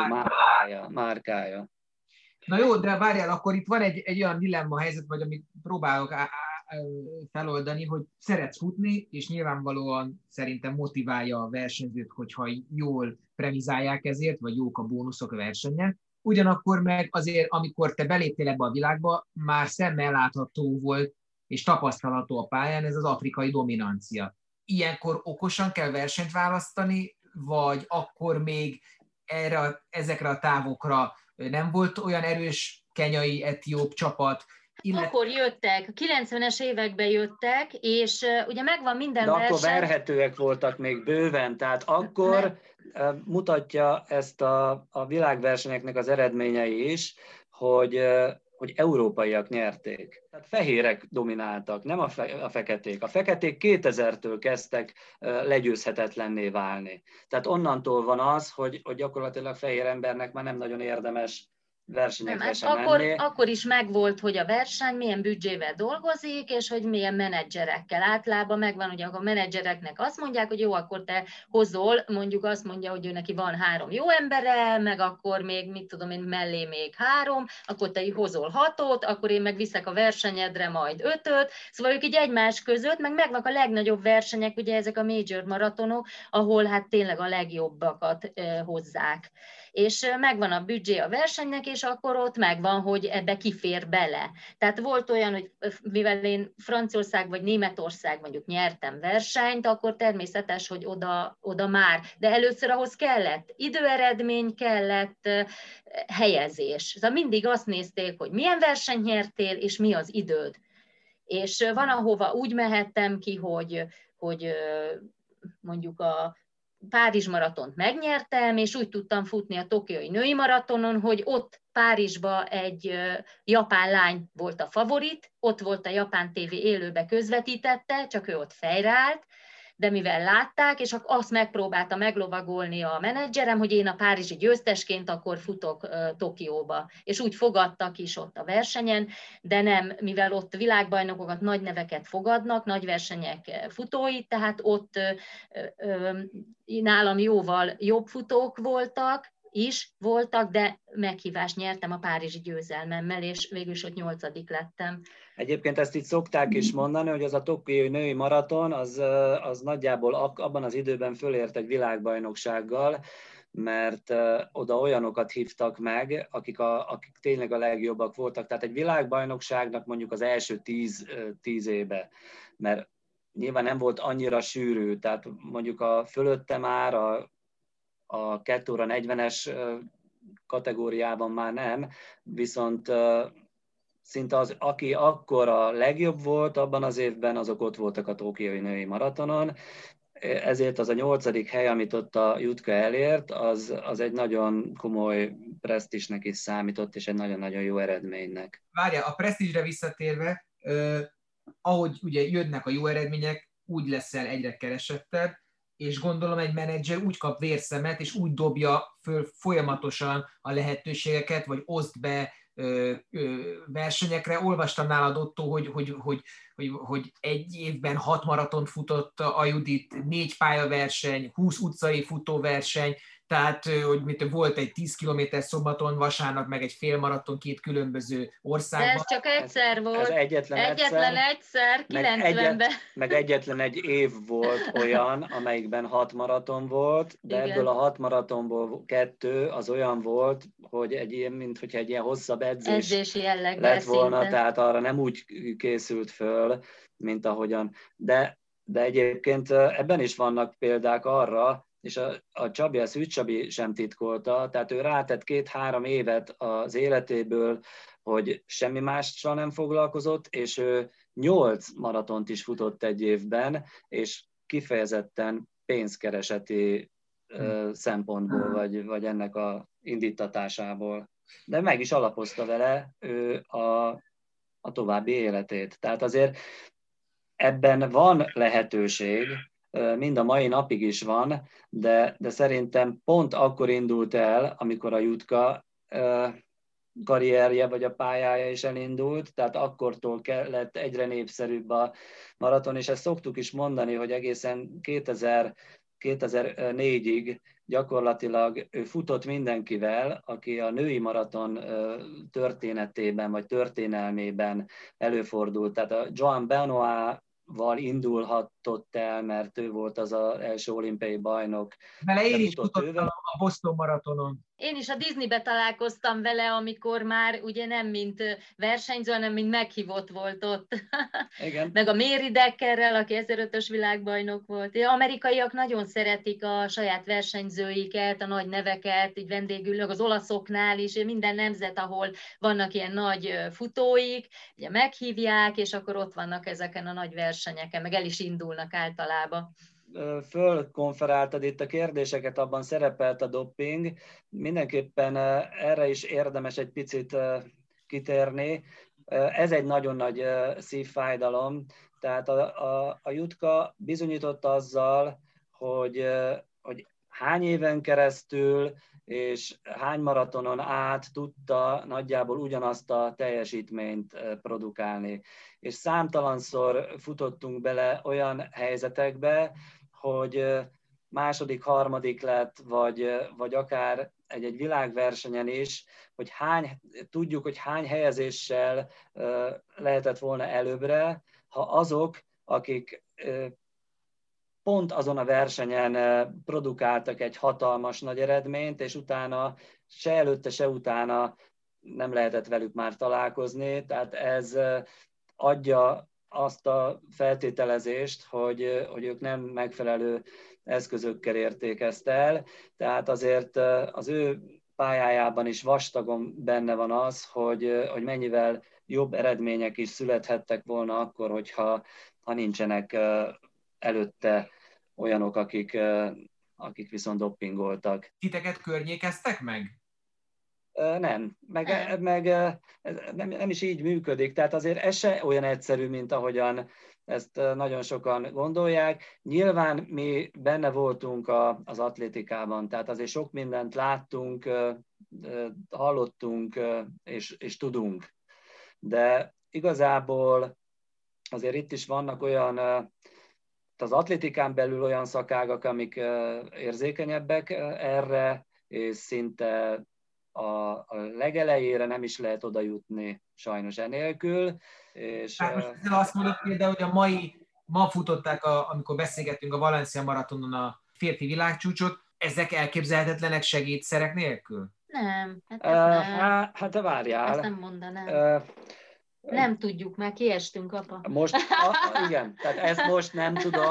márkája. Na jó, de várjál, akkor itt van egy olyan dilemma helyzet, vagy amit próbálok feloldani, hogy szeretsz futni, és nyilvánvalóan szerintem motiválja a versenyzőt, hogyha jól premizálják ezért, vagy jók a bónuszok a versenyen. Ugyanakkor meg azért, amikor te beléptél ebbe a világba, már szemmel látható volt, és tapasztalható a pályán ez az afrikai dominancia. Ilyenkor okosan kell versenyt választani, vagy akkor még ezekre a távokra nem volt olyan erős kenyai, etióp csapat? Akkor jöttek, a 90-es években jöttek, és ugye megvan minden de verseny. Akkor verhetőek voltak még bőven, tehát akkor mutatja ezt a világversenyeknek az eredményei is, hogy európaiak nyerték. Tehát fehérek domináltak, nem a feketék. A feketék 2000-től kezdtek legyőzhetetlenné válni. Tehát onnantól van az, hogy gyakorlatilag fehér embernek már nem nagyon érdemes versenyekre sem menni. Akkor is megvolt, hogy a verseny milyen büdzsével dolgozik, és hogy milyen menedzserekkel. Általában megvan, hogy a menedzsereknek azt mondják, hogy jó, akkor te hozol, mondjuk azt mondja, hogy ő neki van 3 jó embere, meg akkor még, mit tudom én, mellé még 3, akkor te hozol 6-ot, akkor én meg viszek a versenyedre majd 5-öt, szóval ők így egymás között, meg megvannak a legnagyobb versenyek, ugye ezek a major maratonok, ahol hát tényleg a legjobbakat hozzák. És megvan a büdzsé a versenynek, és akkor ott megvan, hogy ebbe kifér bele. Tehát volt olyan, hogy mivel én Franciaország vagy Németország mondjuk nyertem versenyt, akkor természetes, hogy oda már. De először ahhoz kellett időeredmény, kellett helyezés. Szóval mindig azt nézték, hogy milyen versenyt nyertél, és mi az időd. És van, ahova úgy mehettem ki, hogy mondjuk a Párizs maratont megnyertem, és úgy tudtam futni a tokiói női maratonon, hogy ott Párizsba egy japán lány volt a favorit, ott volt a Japán TV élőbe közvetítette, csak ő ott fejreállt, de mivel látták, és azt megpróbálta meglovagolni a menedzserem, hogy én a párizsi győztesként akkor futok Tokióba. És úgy fogadtak is ott a versenyen, de nem, mivel ott világbajnokokat, nagy neveket fogadnak, nagy versenyek futói, tehát ott nálam jóval jobb futók voltak, de meghívást nyertem a párizsi győzelmemmel, és végülis ott 8. lettem. Egyébként ezt így szokták is mondani, hogy az a tokiói női maraton, az nagyjából abban az időben fölért egy világbajnoksággal, mert oda olyanokat hívtak meg, akik tényleg a legjobbak voltak. Tehát egy világbajnokságnak mondjuk az első 10 éve, mert nyilván nem volt annyira sűrű, tehát mondjuk a fölötte már a 2 óra 40-es kategóriában már nem, viszont szinte aki akkor a legjobb volt abban az évben, azok ott voltak a tokiói női maratonon, ezért az a 8. hely, amit ott a Jutka elért, az egy nagyon komoly presztízsnek is számított, és egy nagyon-nagyon jó eredménynek. Várja, a presztízsre visszatérve, ahogy ugye jönnek a jó eredmények, úgy leszel egyre keresettebb, és gondolom egy menedzser úgy kap vérszemet, és úgy dobja föl folyamatosan a lehetőségeket, vagy oszt be versenyekre. Olvastam nálad, Otto, hogy egy évben 6 maratont futott a Judit, 4 pályaverseny, 20 utcai futóverseny, tehát hogy volt egy 10 km szombaton, vasárnap meg egy félmaraton 2 különböző országban. De ez csak egyszer volt. Ez egyetlen egyszer 90-ben. Meg egyetlen egy év volt olyan, amelyikben 6 maraton volt, de igen. Ebből a 6 maratonból 2 az olyan volt, hogy minthogyha egy ilyen hosszabb edzési lett volna, szinte. Tehát arra nem úgy készült föl, mint ahogyan. De egyébként ebben is vannak példák arra, és a Csabi, a Szűcs Csabi sem titkolta, tehát ő rátett 2-3 évet az életéből, hogy semmi mással nem foglalkozott, és ő 8 maratont is futott egy évben, és kifejezetten pénzkereseti szempontból, vagy ennek a indítatásából. De meg is alapozta vele ő a további életét. Tehát azért ebben van lehetőség, mind a mai napig is van, de szerintem pont akkor indult el, amikor a Jutka karrierje vagy a pályája is elindult, tehát akkortól lett egyre népszerűbb a maraton, és ezt szoktuk is mondani, hogy egészen 2004-ig gyakorlatilag ő futott mindenkivel, aki a női maraton történetében vagy történelmében előfordult. Tehát a Joan Benoit-val indulhatott el, mert ő volt az első olimpiai bajnok. Vele én is futottam a Boston maratonon. Én is a Disneybe találkoztam vele, amikor már ugye nem mint versenyző, hanem mint meghívott volt ott. Igen. Meg a Mary Deckerrel, aki 1500-ös világbajnok volt. Az amerikaiak nagyon szeretik a saját versenyzőiket, a nagy neveket, így vendégülnek, az olaszoknál is, minden nemzet, ahol vannak ilyen nagy futóik, ugye meghívják, és akkor ott vannak ezeken a nagy versenyeken, meg el is indulnak általában. Fölkonferáltad itt a kérdéseket, abban szerepelt a doping. Mindenképpen erre is érdemes egy picit kitérni. Ez egy nagyon nagy szívfájdalom. Tehát a Jutka bizonyított azzal, hogy hány éven keresztül és hány maratonon át tudta nagyjából ugyanazt a teljesítményt produkálni. És számtalanszor futottunk bele olyan helyzetekbe, hogy második, harmadik lett, vagy akár egy világversenyen is, hogy tudjuk, hogy hány helyezéssel lehetett volna előbbre, ha azok, akik pont azon a versenyen produkáltak egy hatalmas nagy eredményt, és utána se előtte, se utána nem lehetett velük már találkozni. Tehát ez adja azt a feltételezést, hogy ők nem megfelelő eszközökkel érték ezt el. Tehát azért az ő pályájában is vastagon benne van az, hogy mennyivel jobb eredmények is születhettek volna akkor, hogyha nincsenek előtte olyanok, akik viszont doppingoltak. Titeket környékeztek meg? Nem, nem is így működik, tehát azért ez se olyan egyszerű, mint ahogyan ezt nagyon sokan gondolják. Nyilván mi benne voltunk az atlétikában, tehát azért sok mindent láttunk, hallottunk és tudunk. De igazából azért itt is vannak olyan, az atlétikán belül olyan szakágak, amik érzékenyebbek erre, és szinte a legelejére nem is lehet oda jutni sajnos enélkül. És, hát most ezzel azt mondod például, hogy ma futották, amikor beszélgettünk a Valencia maratonon a férfi világcsúcsot, ezek elképzelhetetlenek segédszerek nélkül? Nem, hát hát várjál. Ezt nem mondanám. Nem tudjuk, már kiestünk, apa. Igen, tehát ezt most nem tudom.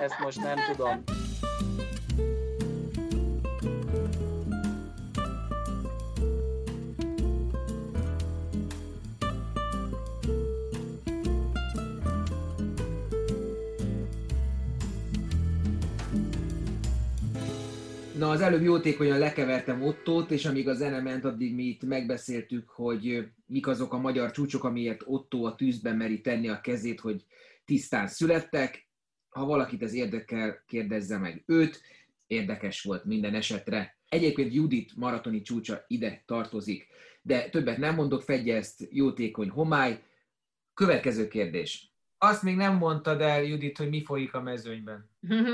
Na, az előbb jótékonyan lekevertem Ottót, és amíg a zene ment, addig mi itt megbeszéltük, hogy mik azok a magyar csúcsok, amiért Ottó a tűzben meri tenni a kezét, hogy tisztán születtek. Ha valakit ez érdekel, kérdezze meg őt. Érdekes volt minden esetre. Egyébként Judit maratoni csúcsa ide tartozik, de többet nem mondok, fedje ezt jótékony homály. Következő kérdés. Azt még nem mondtad el, Judit, hogy mi folyik a mezőnyben.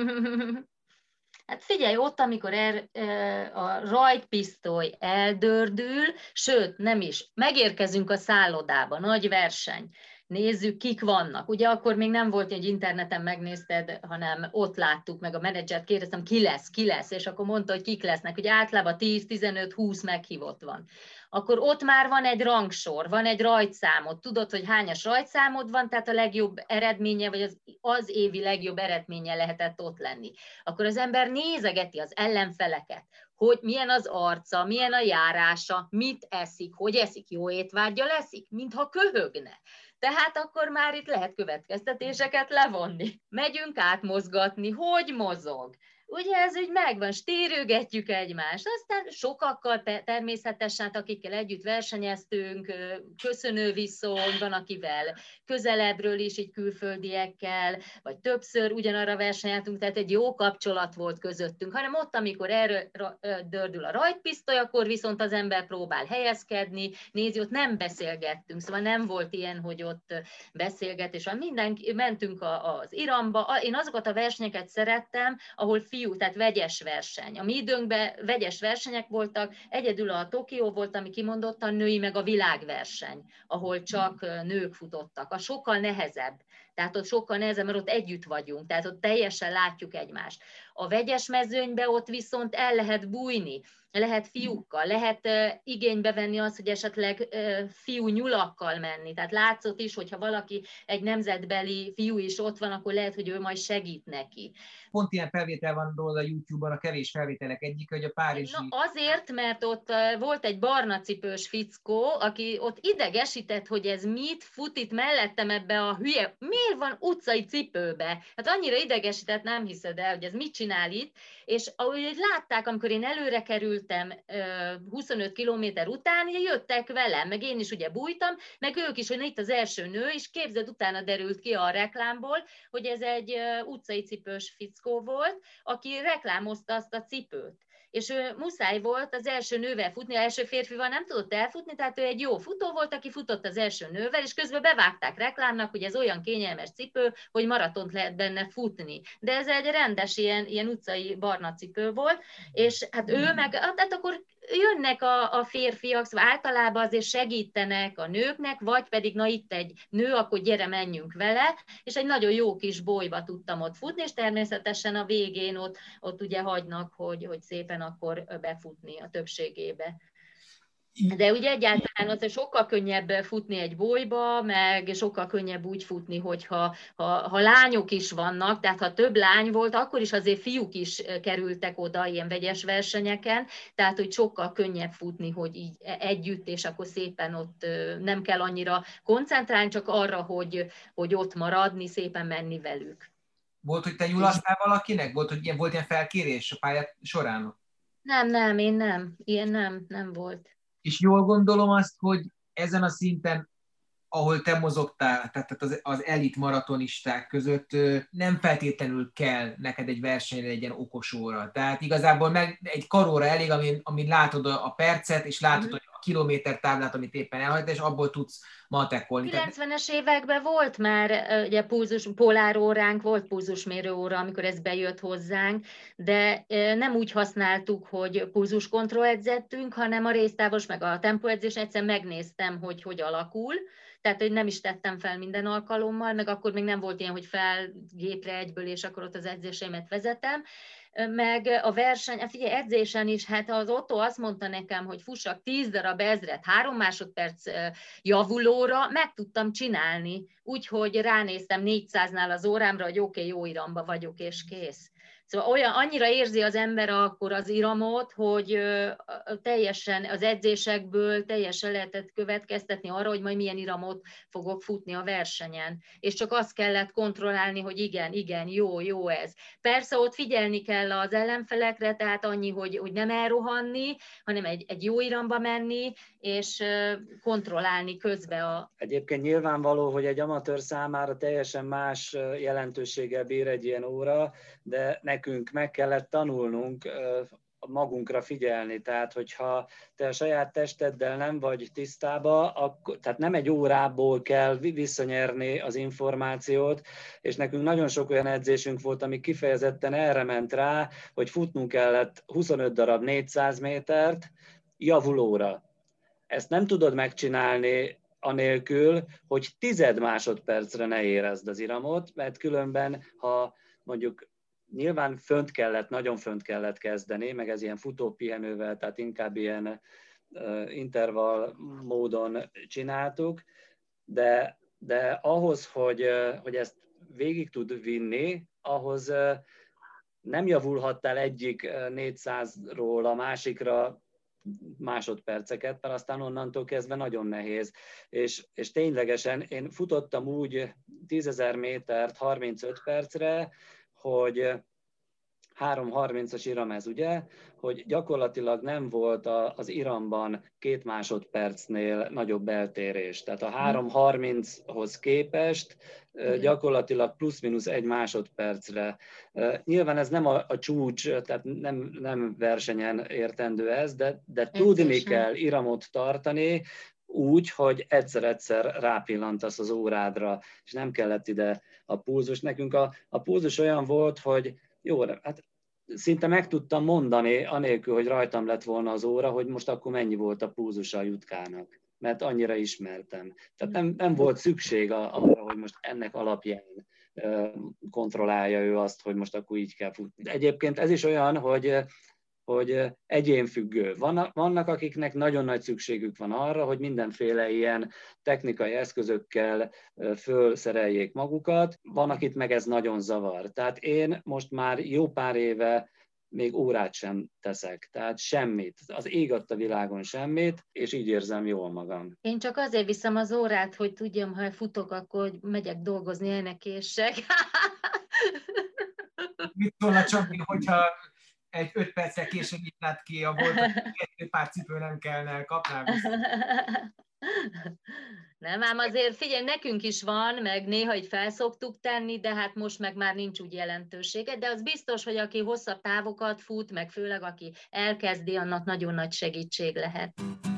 Hát figyelj, ott, amikor a rajtpisztoly eldördül, sőt, nem is, megérkezünk a szállodába, nagy verseny, nézzük, kik vannak. Ugye akkor még nem volt, hogy interneten megnézted, hanem ott láttuk, meg a menedzsert kérdeztem, ki lesz, és akkor mondta, hogy kik lesznek. Ugye általában 10, 15, 20 meghívott van. Akkor ott már van egy rangsor, van egy rajtszámod, tudod, hogy hányas rajtszámod van, tehát a legjobb eredménye, vagy az évi legjobb eredménye lehetett ott lenni. Akkor az ember nézegeti az ellenfeleket, hogy milyen az arca, milyen a járása, mit eszik, hogy eszik, jó étvágya leszik, mintha köhögne. Tehát akkor már itt lehet következtetéseket levonni. Megyünk átmozgatni, hogy mozog. Ugye ez úgy megvan, stérőgetjük egymást, aztán sokakkal természetesen, akikkel együtt versenyeztünk, köszönő viszony, van akivel közelebbről is, így külföldiekkel, vagy többször ugyanarra versenyeltünk, tehát egy jó kapcsolat volt közöttünk, hanem ott, amikor erről dördül a rajtpisztoly, akkor viszont az ember próbál helyezkedni, nézi, ott nem beszélgettünk, szóval nem volt ilyen, hogy ott beszélgetés, mindenki, mentünk az Iramba, én azokat a versenyeket szerettem, ahol tehát vegyes verseny. A mi időnkben vegyes versenyek voltak, egyedül a Tokió volt, ami kimondottan női, meg a világverseny, ahol csak nők futottak. A sokkal nehezebb. Tehát ott sokkal nehezebb, mert ott együtt vagyunk, tehát ott teljesen látjuk egymást. A vegyes mezőnybe ott viszont el lehet bújni, lehet fiúkkal, lehet igénybe venni azt, hogy esetleg fiú nyulakkal menni. Tehát látszott is, hogyha valaki egy nemzetbeli fiú is ott van, akkor lehet, hogy ő majd segít neki. Pont ilyen felvétel van róla a YouTube-on, a kevés felvételek egyik, hogy a párizsi... Na azért, mert ott volt egy barna cipős fickó, aki ott idegesített, hogy ez mit fut itt mellettem ebbe a hülye... Miért van utcai cipőbe? Hát annyira idegesített, nem hiszed el, hogy ez mit csinál itt. És ahogy látták, amikor én előre kerültem 25 kilométer után, ugye jöttek velem, meg én is ugye bújtam, meg ők is, hogy itt az első nő, és képzeld, utána derült ki a reklámból, hogy ez egy utcai cipős fickó volt, aki reklámozta azt a cipőt. És ő muszáj volt az első nővel futni, az első férfival nem tudott elfutni, tehát ő egy jó futó volt, aki futott az első nővel, és közben bevágták reklámnak, hogy ez olyan kényelmes cipő, hogy maratont lehet benne futni. De ez egy rendes ilyen utcai barna cipő volt, és hát ő meg, hát akkor jönnek a férfiak, szóval általában azért segítenek a nőknek, vagy pedig na itt egy nő, akkor gyere, menjünk vele, és egy nagyon jó kis bolyba tudtam ott futni, és természetesen a végén ott ugye hagynak, hogy szépen akkor befutni a többségébe. De ugye egyáltalán az sokkal könnyebb futni egy bolyba, meg sokkal könnyebb úgy futni, hogyha lányok is vannak, tehát ha több lány volt, akkor is azért fiúk is kerültek oda ilyen vegyes versenyeken, tehát hogy sokkal könnyebb futni, hogy így együtt, és akkor szépen ott nem kell annyira koncentrálni, csak arra, hogy ott maradni, szépen menni velük. Volt, hogy te nyulasztál valakinek? Volt ilyen felkérés a pályát során? Nem, én nem. Ilyen nem volt. És jól gondolom azt, hogy ezen a szinten, ahol te mozogtál, tehát az elit maratonisták között nem feltétlenül kell neked egy versenyre egy ilyen okos óra. Tehát igazából egy karóra elég, amin látod a percet, és látod, hogy a kilométer táblát, amit éppen elhajt, és abból tudsz matekolni. 90-es években volt már ugye poláróránk, volt pulzusmérő óra, amikor ez bejött hozzánk, de nem úgy használtuk, hogy pulzuskontroll edzettünk, hanem a résztávos meg a tempóedzés egyszer megnéztem, hogy alakul. Tehát, hogy nem is tettem fel minden alkalommal, meg akkor még nem volt ilyen, hogy fel gépre egyből, és akkor ott az edzéseimet vezetem. Meg a verseny, figyelj, edzésen is, hát az Otto azt mondta nekem, hogy fussak 10 darab ezret, 3 másodperc javulóra, meg tudtam csinálni, úgyhogy ránéztem 400-nál az órámra, hogy oké, jó iramba vagyok, és kész. Szóval annyira érzi az ember akkor az iramot, hogy teljesen az edzésekből teljesen lehetett következtetni arra, hogy majd milyen iramot fogok futni a versenyen. És csak azt kellett kontrollálni, hogy igen, jó ez. Persze ott figyelni kell az ellenfelekre, tehát annyi, hogy nem elrohanni, hanem egy jó iramba menni, és kontrollálni közben Egyébként nyilvánvaló, hogy egy amatőr számára teljesen más jelentőséggel bír egy ilyen óra, de nekünk meg kellett tanulnunk magunkra figyelni. Tehát, hogyha te a saját testeddel nem vagy tisztába, tehát nem egy órából kell visszanyerni az információt, és nekünk nagyon sok olyan edzésünk volt, ami kifejezetten erre ment rá, hogy futnunk kellett 25 darab 400 métert javulóra. Ezt nem tudod megcsinálni anélkül, hogy 10 másodpercre ne érezd az iramot, mert különben, ha mondjuk nyilván nagyon fönt kellett kezdeni, meg ez ilyen futópihenővel, tehát inkább ilyen intervall módon csináltuk, de ahhoz, hogy ezt végig tud vinni, ahhoz nem javulhattál egyik 400-ról a másikra másodperceket, mert aztán onnantól kezdve nagyon nehéz. És ténylegesen én futottam úgy 10.000 métert 35 percre, hogy 3.30-as iram ez, ugye, hogy gyakorlatilag nem volt az iramban 2 másodpercnél nagyobb eltérés. Tehát a 3.30-hoz képest gyakorlatilag plusz-minusz 1 másodpercre. Nyilván ez nem a csúcs, tehát nem versenyen értendő ez, de tudni kell iramot tartani, úgy, hogy egyszer-egyszer rápillantasz az órádra, és nem kellett ide a pulzus. Nekünk a pulzus olyan volt, hogy jó, hát szinte meg tudtam mondani, anélkül, hogy rajtam lett volna az óra, hogy most akkor mennyi volt a pulzusa a Jutkának, mert annyira ismertem. Tehát nem volt szükség arra, hogy most ennek alapján kontrollálja ő azt, hogy most akkor így kell futni. Egyébként ez is olyan, hogy egyénfüggő. Vannak, akiknek nagyon nagy szükségük van arra, hogy mindenféle ilyen technikai eszközökkel fölszereljék magukat, van, akit meg ez nagyon zavar. Tehát én most már jó pár éve még órát sem teszek, tehát semmit, az ég adta világon semmit, és így érzem jól magam. Én csak azért viszem az órát, hogy tudjam, ha futok, akkor megyek dolgozni, elnekéssek. Mit szólna Csabi, hogyha egy 5 perccel később nyitnád ki a boltot, 2 pár cipő nem kellene, kapnál vissza? Nem, ám azért figyelj, nekünk is van, meg néha így felszoktuk tenni, de hát most meg már nincs úgy jelentősége, de az biztos, hogy aki hosszabb távokat fut, meg főleg aki elkezdi, annak nagyon nagy segítség lehet.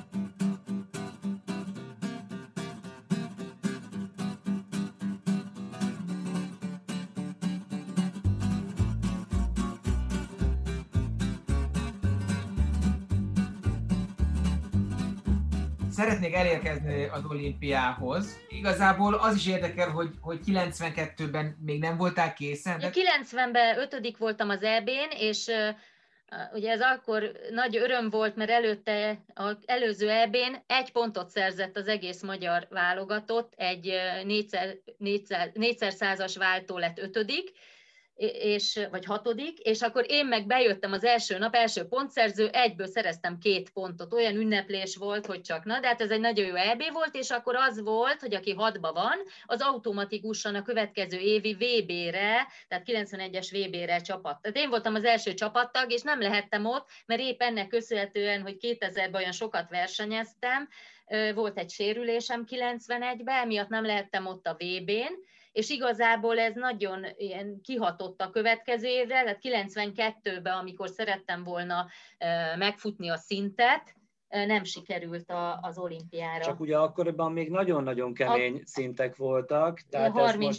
Szeretnék elérkezni az olimpiához. Igazából az is érdekel, hogy 92-ben még nem voltál készen. De... 90-ben 5. voltam az EB-n, és ugye ez akkor nagy öröm volt, mert előtte az előző EB-n 1 pontot szerzett az egész magyar válogatott, egy 4x100-as váltó lett 5. vagy 6., és akkor én meg bejöttem az első nap, első pontszerző, egyből szereztem 2 pontot. Olyan ünneplés volt, hogy csak na, de hát ez egy nagyon jó EB volt, és akkor az volt, hogy aki 6-ba van, az automatikusan a következő évi VB-re, tehát 91-es VB-re csapat. Tehát én voltam az első csapattag, és nem lehettem ott, mert épp ennek köszönhetően, hogy 2000-ben olyan sokat versenyeztem, volt egy sérülésem 91-ben, emiatt nem lehettem ott a VB-n, és igazából ez nagyon ilyen kihatott a következő évre, tehát 92-ben, amikor szerettem volna megfutni a szintet, nem sikerült az olimpiára. Csak ugye akkoriban még nagyon-nagyon kemény szintek voltak, tehát ez most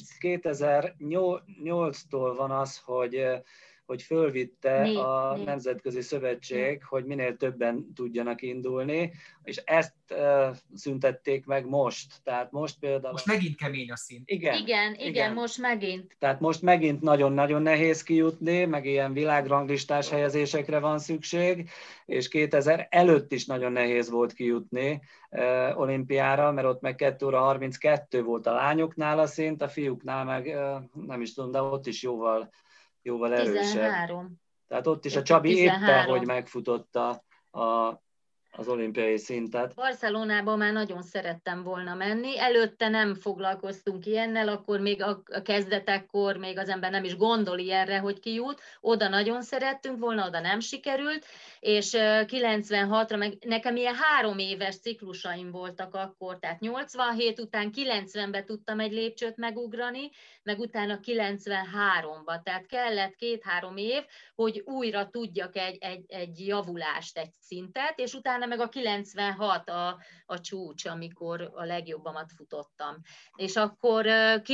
2008-tól van az, hogy fölvitte a Nemzetközi Szövetség, hogy minél többen tudjanak indulni, és ezt szüntették meg most. Tehát most például... Most megint kemény a szint. Igen, most megint. Tehát most megint nagyon-nagyon nehéz kijutni, meg ilyen világranglistás helyezésekre van szükség, és 2000 előtt is nagyon nehéz volt kijutni olimpiára, mert ott meg 2 óra 32 volt a lányoknál a szint, a fiúknál meg nem is tudom, de ott is jóval erősebb. 13. Tehát ott is a Csabi 13. éppen, hogy megfutotta az olimpiai szintet. Barcelonában már nagyon szerettem volna menni, előtte nem foglalkoztunk ilyennel, akkor még a kezdetekkor még az ember nem is gondol ilyenre, hogy kijut. Oda nagyon szerettünk volna, oda nem sikerült, és 96-ra meg nekem ilyen 3 éves ciklusaim voltak akkor, tehát 87 után 90-ben tudtam egy lépcsőt megugrani, meg utána 93-ba, tehát kellett 2-3 év, hogy újra tudjak egy javulást, egy szintet, és utána meg a 96 a csúcs, amikor a legjobbamat futottam. És akkor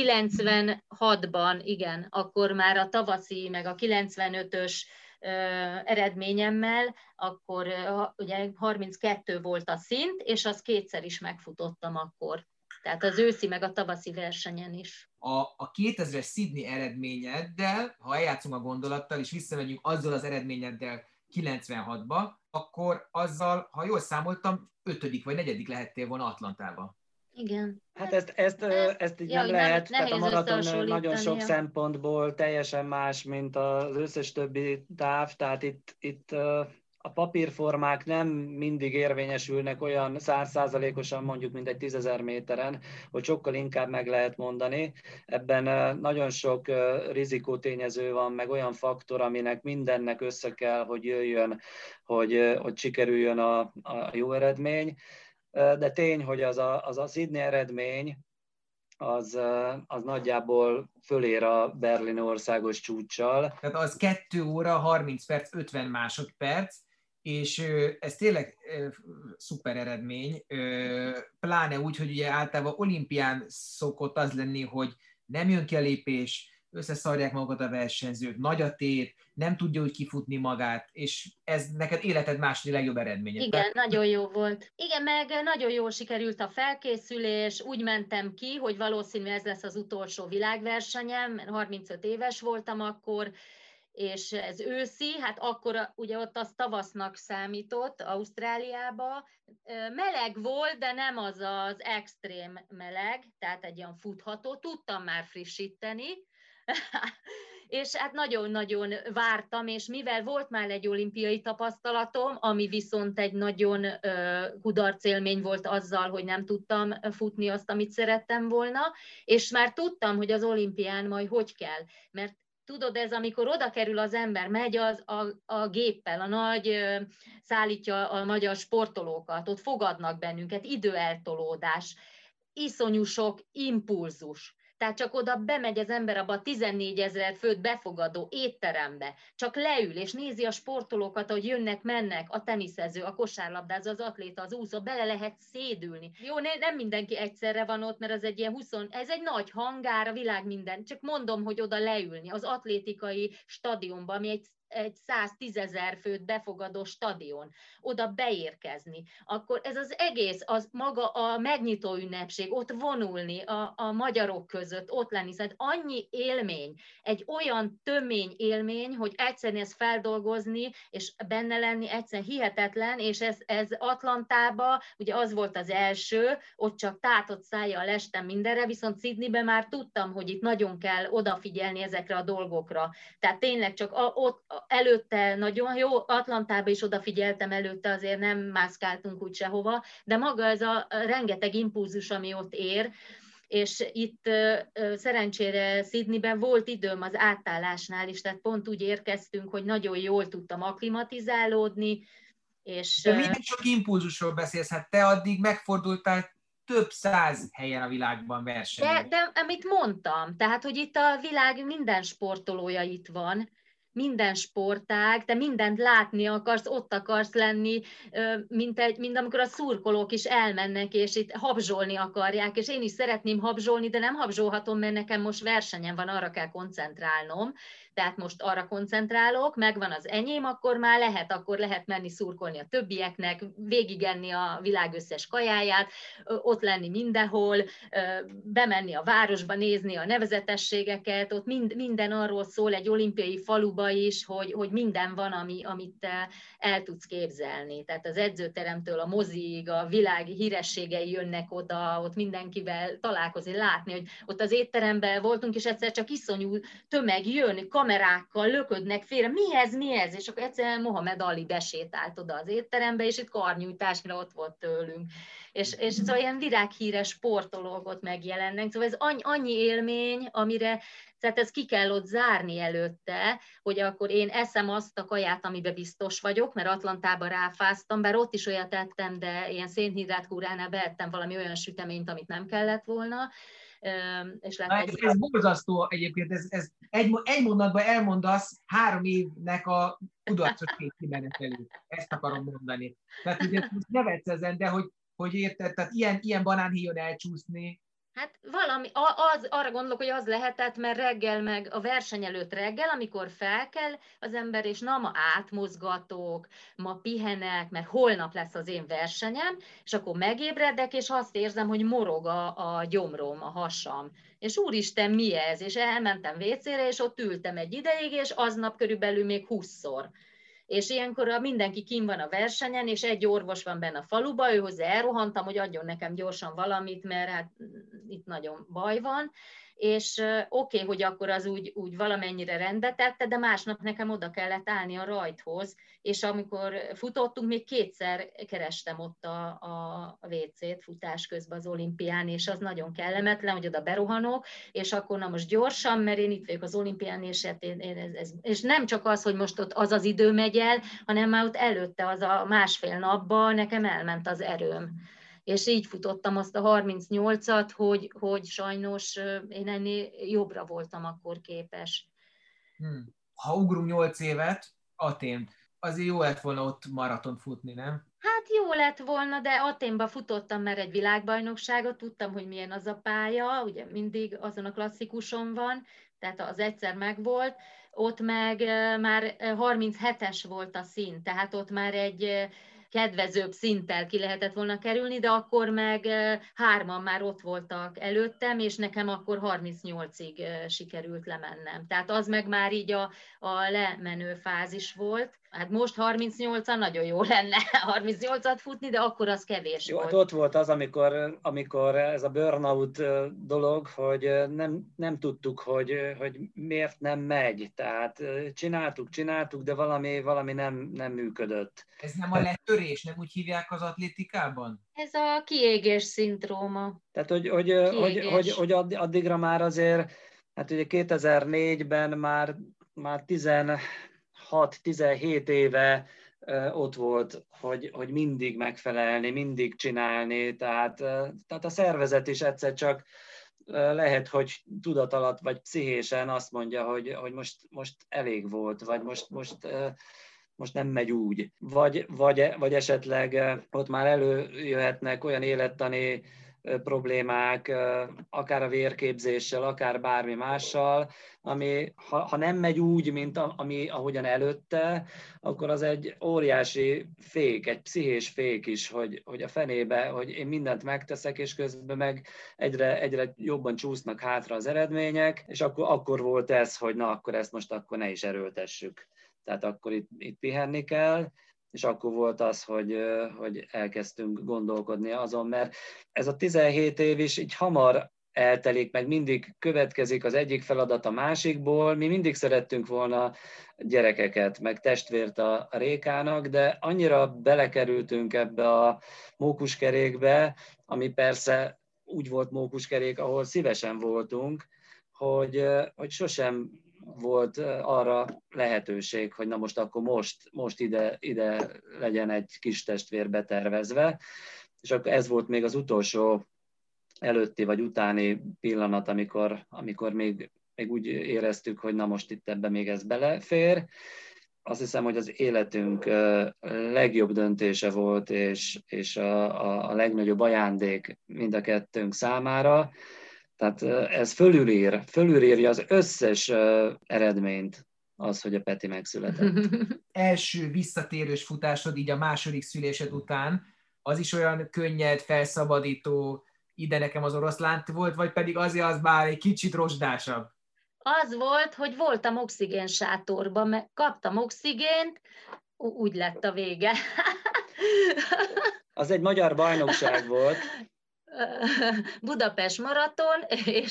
96-ban, igen, akkor már a tavaszi, meg a 95-ös eredményemmel, akkor ugye 32 volt a szint, és azt 2-szer is megfutottam akkor. Tehát az őszi meg a tavaszi versenyen is. A 2000-es Sydney eredményeddel, ha eljátszunk a gondolattal, és visszamegyünk azzal az eredményeddel 96-ba, akkor azzal, ha jól számoltam, 5. vagy 4. lehettél volna Atlantába. Igen. Hát ezt így nem lehet, tehát a maraton nagyon sok szempontból teljesen más, mint az összes többi táv, tehát itt a papírformák nem mindig érvényesülnek olyan 100%-osan mondjuk, mint egy 10.000 méteren, hogy sokkal inkább meg lehet mondani. Ebben nagyon sok rizikótényező van, meg olyan faktor, aminek mindennek össze kell, hogy jöjjön, hogy sikerüljön a jó eredmény. De tény, hogy az a Sydney eredmény, az nagyjából fölér a berlini országos csúccsal. Tehát az 2 óra 30 perc, 50 másodperc, és ez tényleg szuper eredmény, pláne úgy, hogy ugye általában olimpián szokott az lenni, hogy nem jön ki a lépés, összeszarják magukat a versenyzők, nagy a tét, nem tudja úgy kifutni magát, és ez neked életed második legjobb eredménye. Igen, nagyon jó volt. Igen, meg nagyon jól sikerült a felkészülés, úgy mentem ki, hogy valószínűleg ez lesz az utolsó világversenyem, 35 éves voltam akkor, és ez őszi, hát akkor ugye ott az tavasznak számított Ausztráliába. Meleg volt, de nem az extrém meleg, tehát egy olyan futható, tudtam már frissíteni, és hát nagyon-nagyon vártam, és mivel volt már egy olimpiai tapasztalatom, ami viszont egy nagyon kudarcélmény volt azzal, hogy nem tudtam futni azt, amit szerettem volna, és már tudtam, hogy az olimpián majd hogy kell, mert tudod, ez amikor oda kerül az ember, megy a géppel, a nagy szállítja a magyar sportolókat, ott fogadnak bennünket, időeltolódás, iszonyú sok impulzus. Tehát csak oda bemegy az ember abba a 14 000 főt befogadó étterembe, csak leül és nézi a sportolókat, hogy jönnek, mennek, a teniszező, a kosárlabdázó, az atléta, az úszó, bele lehet szédülni. Jó, nem mindenki egyszerre van ott, mert az egy ilyen ez egy nagy hangár, a világ minden. Csak mondom, hogy oda leülni az atlétikai stadionba, ami egy egy 110 000 főt befogadó stadion, oda beérkezni, akkor ez az egész, az maga a megnyitó ünnepség, ott vonulni a magyarok között, ott lenni, szóval annyi élmény, egy olyan tömény élmény, hogy egyszerűen ezt feldolgozni, és benne lenni egyszerűen hihetetlen, és ez Atlantában, ugye az volt az első, ott csak tátott szájjal lestem mindenre, viszont Sydneyben már tudtam, hogy itt nagyon kell odafigyelni ezekre a dolgokra. Tehát tényleg csak ott előtte nagyon jó, Atlantában is odafigyeltem előtte, azért nem mászkáltunk úgy sehova, de maga ez a rengeteg impulzus, ami ott ér, és itt szerencsére Sydneyben volt időm az átállásnál is, tehát pont úgy érkeztünk, hogy nagyon jól tudtam akklimatizálódni. És de milyen sok impulzusról beszélsz? Hát te addig megfordultál több 100 helyen a világban versenyen. De amit mondtam, tehát, hogy itt a világ minden sportolója itt van, minden sportág, te mindent látni akarsz, ott akarsz lenni, mint amikor a szurkolók is elmennek, és itt habzsolni akarják, és én is szeretném habzsolni, de nem habzsolhatom, mert nekem most versenyem van, arra kell koncentrálnom, tehát most arra koncentrálok, megvan az enyém, akkor lehet menni szurkolni a többieknek, végigenni a világ összes kajáját, ott lenni mindenhol, bemenni a városba, nézni a nevezetességeket, ott minden arról szól egy olimpiai faluba is, hogy minden van, amit te el tudsz képzelni. Tehát az edzőteremtől a moziig, a világ hírességei jönnek oda, ott mindenkivel találkozni, látni, hogy ott az étteremben voltunk, és egyszer csak iszonyú tömeg jön, kamerákkal löködnek félre, mi ez? És akkor egyszerűen Mohamed Ali besétált oda az étterembe, és itt karnyújtásra ott volt tőlünk. És szóval ilyen világhíres sportolók ott megjelennek. Szóval ez annyi élmény, amire tehát ezt ki kell ott zárni előtte, hogy akkor én eszem azt a kaját, amiben biztos vagyok, mert Atlantában ráfáztam, bár ott is olyat ettem, de ilyen szénhidrátkúránál beettem valami olyan süteményt, amit nem kellett volna. És ez borzasztó egyébként, ez egy mondatban elmondasz 3 évnek a kudarcos kimenetelét. Ezt akarom mondani. Tehát ugye nevetsz ezen, de hogy érted, tehát ilyen banánhíjon elcsúszni. Hát valami, arra gondolok, hogy az lehetett, mert reggel meg a verseny előtt reggel, amikor fel kell az ember, és na, ma átmozgatok, ma pihenek, mert holnap lesz az én versenyem, és akkor megébredek, és azt érzem, hogy morog a gyomrom, a hasam. És úristen, mi ez? És elmentem WC-re, és ott ültem egy ideig, és aznap körülbelül még 20-szor. És ilyenkor mindenki kint van a versenyen, és egy orvos van benne a faluba, őhoz elrohantam, hogy adjon nekem gyorsan valamit, mert hát itt nagyon baj van, és oké, hogy akkor az úgy valamennyire rendbe tette, de másnap nekem oda kellett állni a rajthoz, és amikor futottunk, még 2-szer kerestem ott a WC-t futás közben az olimpián, és az nagyon kellemetlen, hogy oda berohanok, és akkor na most gyorsan, mert én itt vagyok az olimpián, és nem csak az, hogy most ott az idő megy el, hanem már ott előtte az a 1,5 napban nekem elment az erőm. És így futottam azt a 38-at, hogy sajnos én ennél jobbra voltam akkor képes. Ha ugrunk 8 évet, Atén, azért jó lett volna ott maraton futni, nem? Hát jó lett volna, de Athénba futottam már egy világbajnokságot, tudtam, hogy milyen az a pálya, ugye mindig azon a klasszikuson van, tehát az egyszer megvolt, ott meg már 37-es volt a szint, tehát ott már egy kedvezőbb szinttel ki lehetett volna kerülni, de akkor meg 3-an már ott voltak előttem, és nekem akkor 38-ig sikerült lemennem. Tehát az meg már így a lemenő fázis volt. Hát most 38-an nagyon jó lenne 38-at futni, de akkor az kevés jó, volt. Hát ott volt az, amikor ez a burnout dolog, hogy nem tudtuk, hogy miért nem megy. Tehát csináltuk, de valami nem működött. Ez nem a letörés, nem úgy hívják az atlétikában? Ez a kiégés szindróma. Tehát, hogy addigra már azért, hát ugye 2004-ben már 16-17 éve ott volt, hogy mindig megfelelni, mindig csinálni, tehát a szervezet is egyszer csak lehet, hogy tudatalatt vagy pszichésen azt mondja, hogy most elég volt, vagy most nem megy úgy. Vagy esetleg ott már előjöhetnek olyan élettani problémák, akár a vérképzéssel, akár bármi mással, ami ha nem megy úgy, mint ahogyan előtte, akkor az egy óriási fék, egy pszichés fék is, hogy a fenébe, hogy én mindent megteszek, és közben meg egyre jobban csúsznak hátra az eredmények, és akkor volt ez, hogy na, akkor ezt most akkor ne is erőltessük. Tehát akkor itt pihenni kell, és akkor volt az, hogy elkezdtünk gondolkodni azon, mert ez a 17 év is így hamar eltelik, meg mindig következik az egyik feladat a másikból. Mi mindig szerettünk volna gyerekeket, meg testvért a Rékának, de annyira belekerültünk ebbe a mókuskerékbe, ami persze úgy volt mókuskerék, ahol szívesen voltunk, hogy sosem volt arra lehetőség, hogy na most akkor most ide legyen egy kis testvér betervezve, és akkor ez volt még az utolsó előtti vagy utáni pillanat, amikor még úgy éreztük, hogy na most itt ebbe még ez belefér. Azt hiszem, hogy az életünk legjobb döntése volt, és a legnagyobb ajándék mind a kettőnk számára. Tehát ez fölülírja az összes eredményt az, hogy a Peti megszületett. Első visszatérős futásod így a második szülésed után, az is olyan könnyed, felszabadító, ide nekem az oroszlánt volt, vagy pedig azért az már egy kicsit rozsdásabb? Az volt, hogy voltam oxigénsátorban, mert kaptam oxigént, úgy lett a vége. Az egy magyar bajnokság volt. Budapest maraton,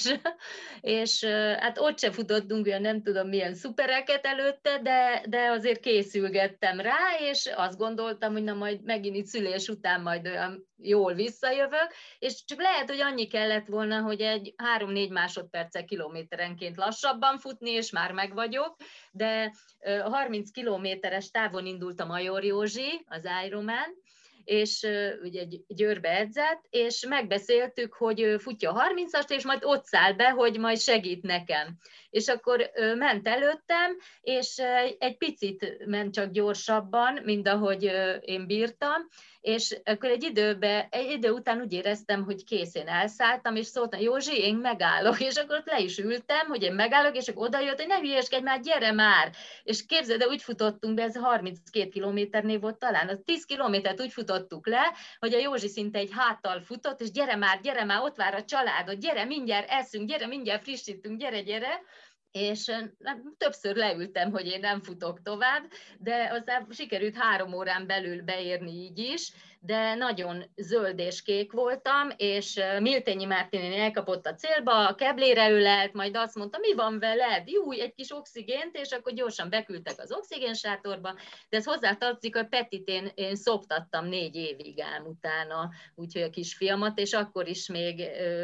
és hát ott se futottunk olyan nem tudom milyen szupereket előtte, de azért készülgettem rá, és azt gondoltam, hogy na majd megint itt szülés után majd olyan jól visszajövök, és csak lehet, hogy annyi kellett volna, hogy egy 3-4 másodperccel kilométerenként lassabban futni, és már meg vagyok, de 30 kilométeres távon indult a Major Józsi, az Ironman, és ugye Győrbe edzett, és megbeszéltük, hogy futja a 30-ast, és majd ott száll be, hogy majd segít nekem. És akkor ment előttem, és egy picit ment csak gyorsabban, mint ahogy én bírtam, és akkor egy idő után úgy éreztem, hogy kész, én elszálltam, és szóltam, Józsi, én megállok, és akkor ott le is ültem, hogy én megállok, és akkor odajött, hogy ne hülyeskedj már, gyere már! És képzeld, de úgy futottunk be, ez 32 kilométernél volt talán, az 10 kilométert úgy futottuk le, hogy a Józsi szinte egy háttal futott, és gyere már, ott vár a családod, gyere, mindjárt eszünk, gyere, mindjárt frissítünk, gyere, és többször leültem, hogy én nem futok tovább, de aztán sikerült 3 órán belül beérni így is, de nagyon zöld és kék voltam, és Miltényi Mártin elkapott a célba, a keblére ülelt, majd azt mondta, mi van veled? Jó, egy kis oxigént, és akkor gyorsan beküldtek az oxigénsátorba, de ez hozzátartozik, hogy Petit én szoptattam 4 évig ám utána, úgyhogy a kisfiamat, és akkor is még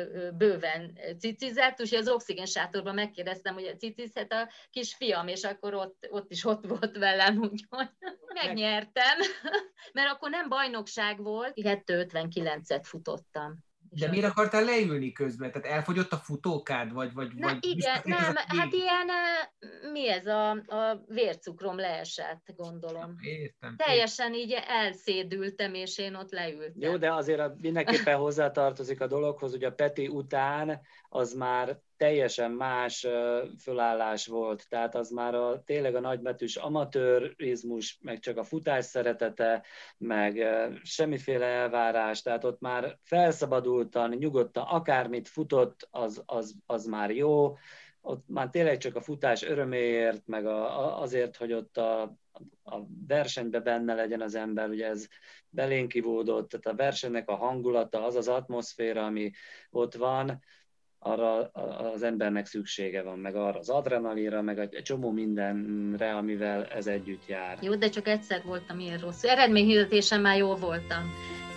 bőven cicizett, úgyhogy az oxigénsátorban megkérdeztem, hogy cicizhet a kisfiam, és akkor ott volt velem, úgyhogy megnyertem, mert akkor nem bajnokság volt, 2:59-et futottam. De miért akartál leülni közben? Tehát elfogyott a futókád? Vagy igen, nem, hát ilyen, mi ez, a vércukrom leesett, gondolom. Értem. Teljesen így elszédültem, és én ott leültem. Jó, de azért mindenképpen hozzátartozik a dologhoz, hogy a Peti után az már teljesen más fölállás volt, tehát az már tényleg a nagybetűs amatőrizmus, meg csak a futás szeretete, meg semmiféle elvárás, tehát ott már felszabadultan, nyugodtan, akármit futott, az már jó, ott már tényleg csak a futás öröméért, meg azért, hogy ott a versenyben benne legyen az ember, ugye ez belénk ivódott, tehát a versenynek a hangulata, az atmoszféra, ami ott van, arra az embernek szüksége van, meg arra az adrenalinra, meg egy csomó mindenre, amivel ez együtt jár. Jó, de csak egyszer voltam ilyen rossz. Eredményhirdetésen már jól voltam.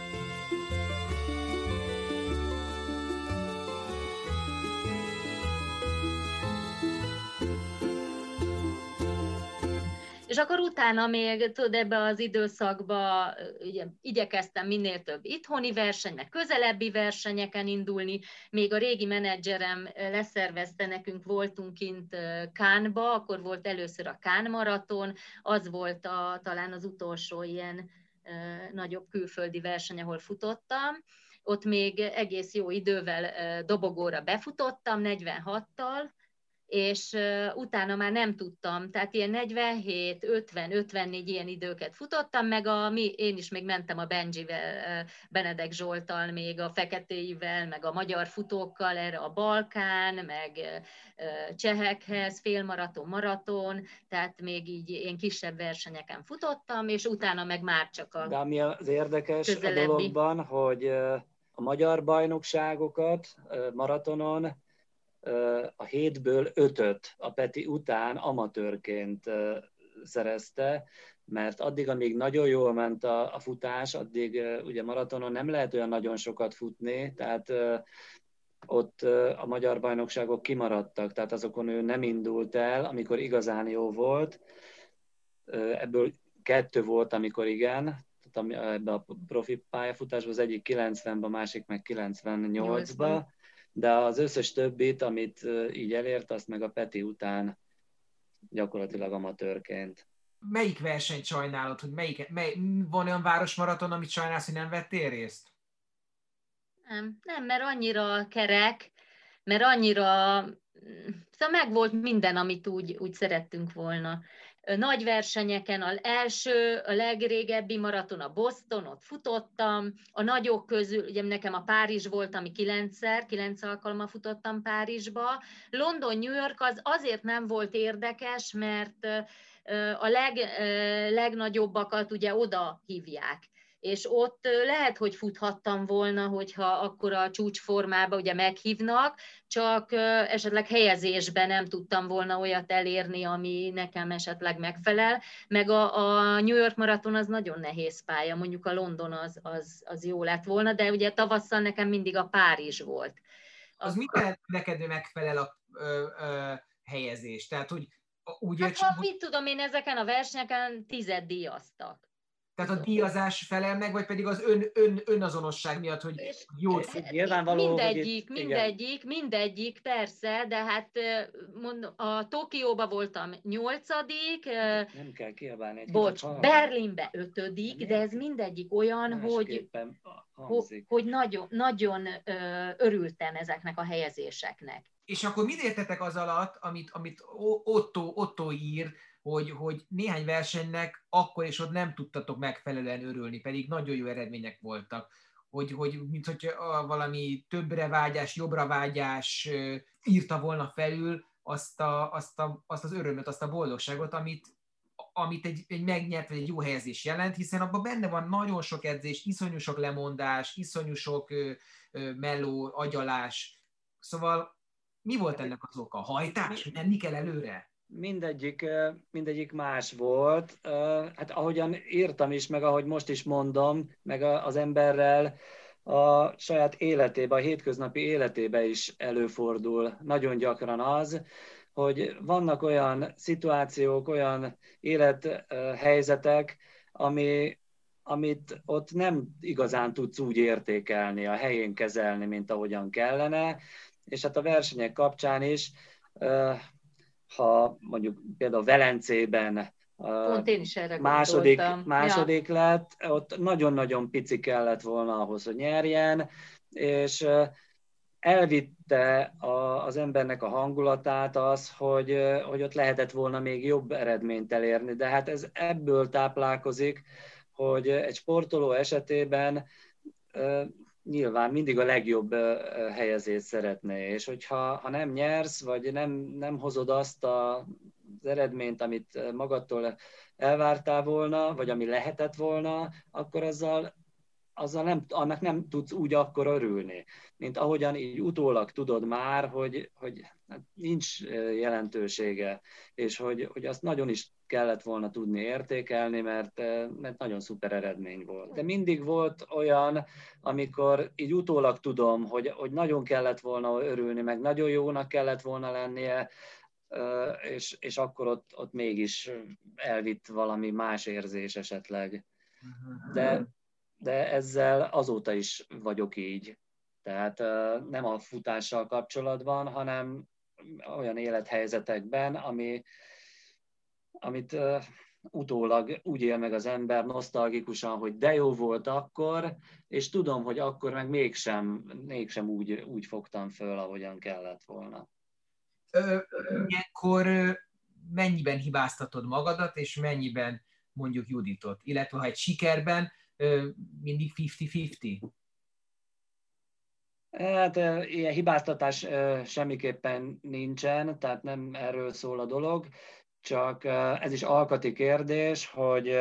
És akkor utána még, tudod, ebbe az időszakba ugye, igyekeztem minél több itthoni verseny, meg közelebbi versenyeken indulni. Még a régi menedzserem leszervezte, nekünk voltunk kint Cannesba, akkor volt először a Cannes maraton, az volt talán az utolsó ilyen nagyobb külföldi verseny, ahol futottam. ott még egész jó idővel dobogóra befutottam, 46-tal, és utána már nem tudtam, tehát ilyen 47, 50, 54 ilyen időket futottam, meg én is még mentem a Benjivel, Benedek Zsolttal, még a Feketéivel, meg a magyar futókkal erre a Balkán, meg csehekhez, félmaraton, maraton, tehát még így én kisebb versenyeken futottam, és utána meg már csak a De ami az érdekes közelebbi. a dologban, hogy a magyar bajnokságokat maratonon a 7-ből 5-öt a Peti után amatőrként szerezte, mert addig, amíg nagyon jól ment a futás, addig ugye maratonon nem lehet olyan nagyon sokat futni, tehát ott a magyar bajnokságok kimaradtak, tehát azokon ő nem indult el, amikor igazán jó volt. Ebből 2 volt, amikor igen, ebben a profi pályafutásban, az egyik 90-ben, a másik meg 98-ban, de az összes többit, amit így elért, azt meg a Peti után gyakorlatilag amatőrként. Melyik versenyt sajnálod, hogy van olyan városmaraton, amit sajnálsz, hogy nem vettél részt? Nem, mert annyira kerek, mert annyira, szóval megvolt minden, amit úgy szerettünk volna. Nagy versenyeken a legrégebbi maraton a Boston, ott futottam, a nagyok közül, ugye nekem a Párizs volt, ami 9 alkalommal futottam Párizsba. London, New York az azért nem volt érdekes, mert a legnagyobbakat ugye oda hívják. És ott lehet, hogy futhattam volna, hogyha akkor a csúcsformában ugye meghívnak, csak esetleg helyezésben nem tudtam volna olyat elérni, ami nekem esetleg megfelel. Meg a New York maraton az nagyon nehéz pálya, mondjuk a London az jó lett volna, de ugye tavasszal nekem mindig a Párizs volt. Az mit neked megfelel a helyezés? Tehát, hogy úgy hát, mit tudom én, ezeken a versenyeken 10 díjaztak. Tehát a díjazás felel meg, vagy pedig az önazonosság miatt, hogy jót fog? Nyilvánvaló, mindegyik, persze, de hát mondom, a Tokióba voltam 8. Nem kell kiabálni. Berlinbe 5., de ez mindegyik olyan, hogy nagyon, nagyon örültem ezeknek a helyezéseknek. És akkor mit értetek az alatt, amit Otto ír, hogy néhány versenynek akkor és ott nem tudtatok megfelelően örülni, pedig nagyon jó eredmények voltak. Mint hogy valami többre vágyás, jobbra vágyás írta volna felül azt az örömöt, azt a boldogságot, amit egy megnyert vagy egy jó helyezés jelent, hiszen abban benne van nagyon sok edzés, iszonyú sok lemondás, iszonyú sok melló, agyalás. Szóval mi volt ennek az oka? Hajtás? Hogy menni kell előre? Mindegyik más volt. Hát ahogyan írtam is, meg ahogy most is mondom, meg az emberrel a saját életében, a hétköznapi életében is előfordul nagyon gyakran az, hogy vannak olyan szituációk, olyan élethelyzetek, amit ott nem igazán tudsz úgy értékelni, a helyén kezelni, mint ahogyan kellene, és hát a versenyek kapcsán is, ha mondjuk például Velencében második lett, ott nagyon-nagyon pici kellett volna ahhoz, hogy nyerjen, és elvitte az embernek a hangulatát az, hogy ott lehetett volna még jobb eredményt elérni, de hát ez ebből táplálkozik, hogy egy sportoló esetében nyilván mindig a legjobb helyezést szeretné, és hogyha nem nyersz, vagy nem hozod azt az eredményt, amit magadtól elvártál volna, vagy ami lehetett volna, akkor annak nem tudsz úgy akkor örülni, mint ahogyan így utólag tudod már, hogy nincs jelentősége, és hogy azt nagyon is kellett volna tudni értékelni, mert nagyon szuper eredmény volt. De mindig volt olyan, amikor így utólag tudom, hogy nagyon kellett volna örülni, meg nagyon jónak kellett volna lennie, és akkor ott mégis elvitt valami más érzés esetleg. De ezzel azóta is vagyok így. Tehát nem a futással kapcsolatban, hanem olyan élethelyzetekben, amit utólag úgy él meg az ember nosztalgikusan, hogy de jó volt akkor, és tudom, hogy akkor meg mégsem úgy fogtam föl, ahogyan kellett volna. Ilyenkor mennyiben hibáztatod magadat, és mennyiben mondjuk Juditot? Illetve ha egy sikerben mindig 50-50? Hát ilyen hibáztatás semmiképpen nincsen, tehát nem erről szól a dolog, csak ez is alkati kérdés, hogy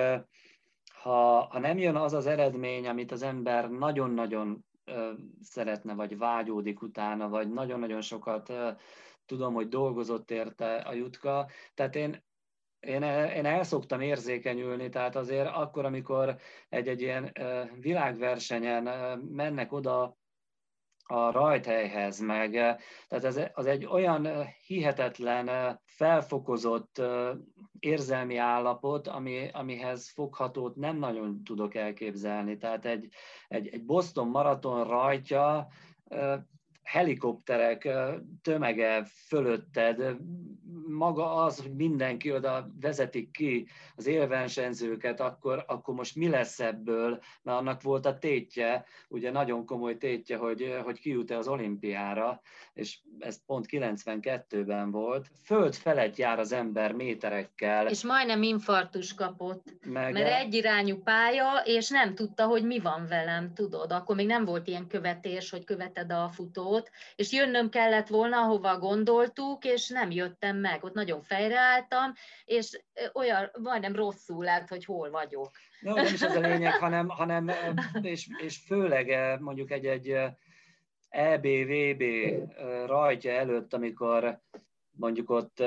ha nem jön az az eredmény, amit az ember nagyon-nagyon szeretne, vagy vágyódik utána, vagy nagyon-nagyon sokat tudom, hogy dolgozott érte a Jutka, tehát én el szoktam érzékenyülni, tehát azért akkor, amikor egy ilyen világversenyen mennek oda a rajthelyhez, meg tehát az egy olyan hihetetlen, felfokozott érzelmi állapot, amihez foghatót nem nagyon tudok elképzelni. Tehát egy Boston maraton rajtja, helikopterek tömege fölötted, maga az, hogy mindenki oda vezetik ki az élversenyzőket, akkor most mi lesz ebből? Mert annak volt a tétje, ugye nagyon komoly tétje, hogy kijut-e az olimpiára, és ez pont 92-ben volt. Föld felett jár az ember méterekkel. És majdnem infarktus kapott, mert egyirányú pálya, és nem tudta, hogy mi van velem, tudod. Akkor még nem volt ilyen követés, hogy követed a futót, és jönnöm kellett volna, ahova gondoltuk, és nem jöttem meg. Ott nagyon fejreálltam, és olyan majdnem rosszul lett, hogy hol vagyok. No, nem is ez a lényeg, hanem és főleg mondjuk egy EB-VB rajtja előtt, amikor mondjuk ott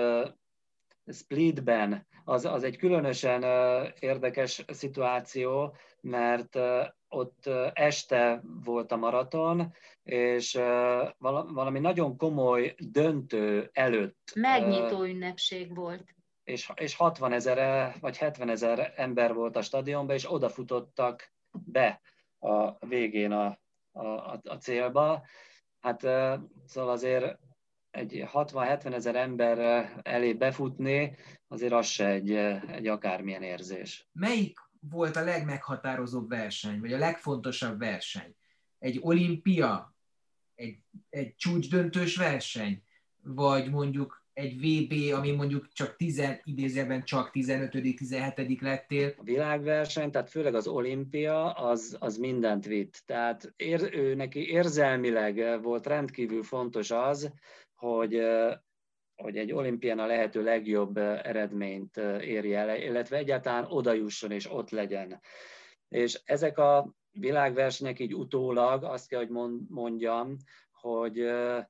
Splitben, az egy különösen érdekes szituáció, mert ott este volt a maraton, és valami nagyon komoly döntő előtt. Megnyitó ünnepség volt. És 60 000 vagy 70 000 ember volt a stadionban, és odafutottak be a végén a célba. Hát szóval azért egy 60-70 000 ember elé befutni, azért az se egy akármilyen érzés. Melyik volt a legmeghatározóbb verseny, vagy a legfontosabb verseny? Egy olimpia, egy csúcsdöntős verseny, vagy mondjuk egy VB, ami mondjuk idézőben csak 15.-17. lettél? A világverseny, tehát főleg az olimpia, az mindent vitt. Tehát neki érzelmileg volt rendkívül fontos az, hogy egy olimpián a lehető legjobb eredményt érje el, illetve egyáltalán oda jusson és ott legyen. És ezek a világversenyek így utólag, azt kell, hogy mondjam, hogy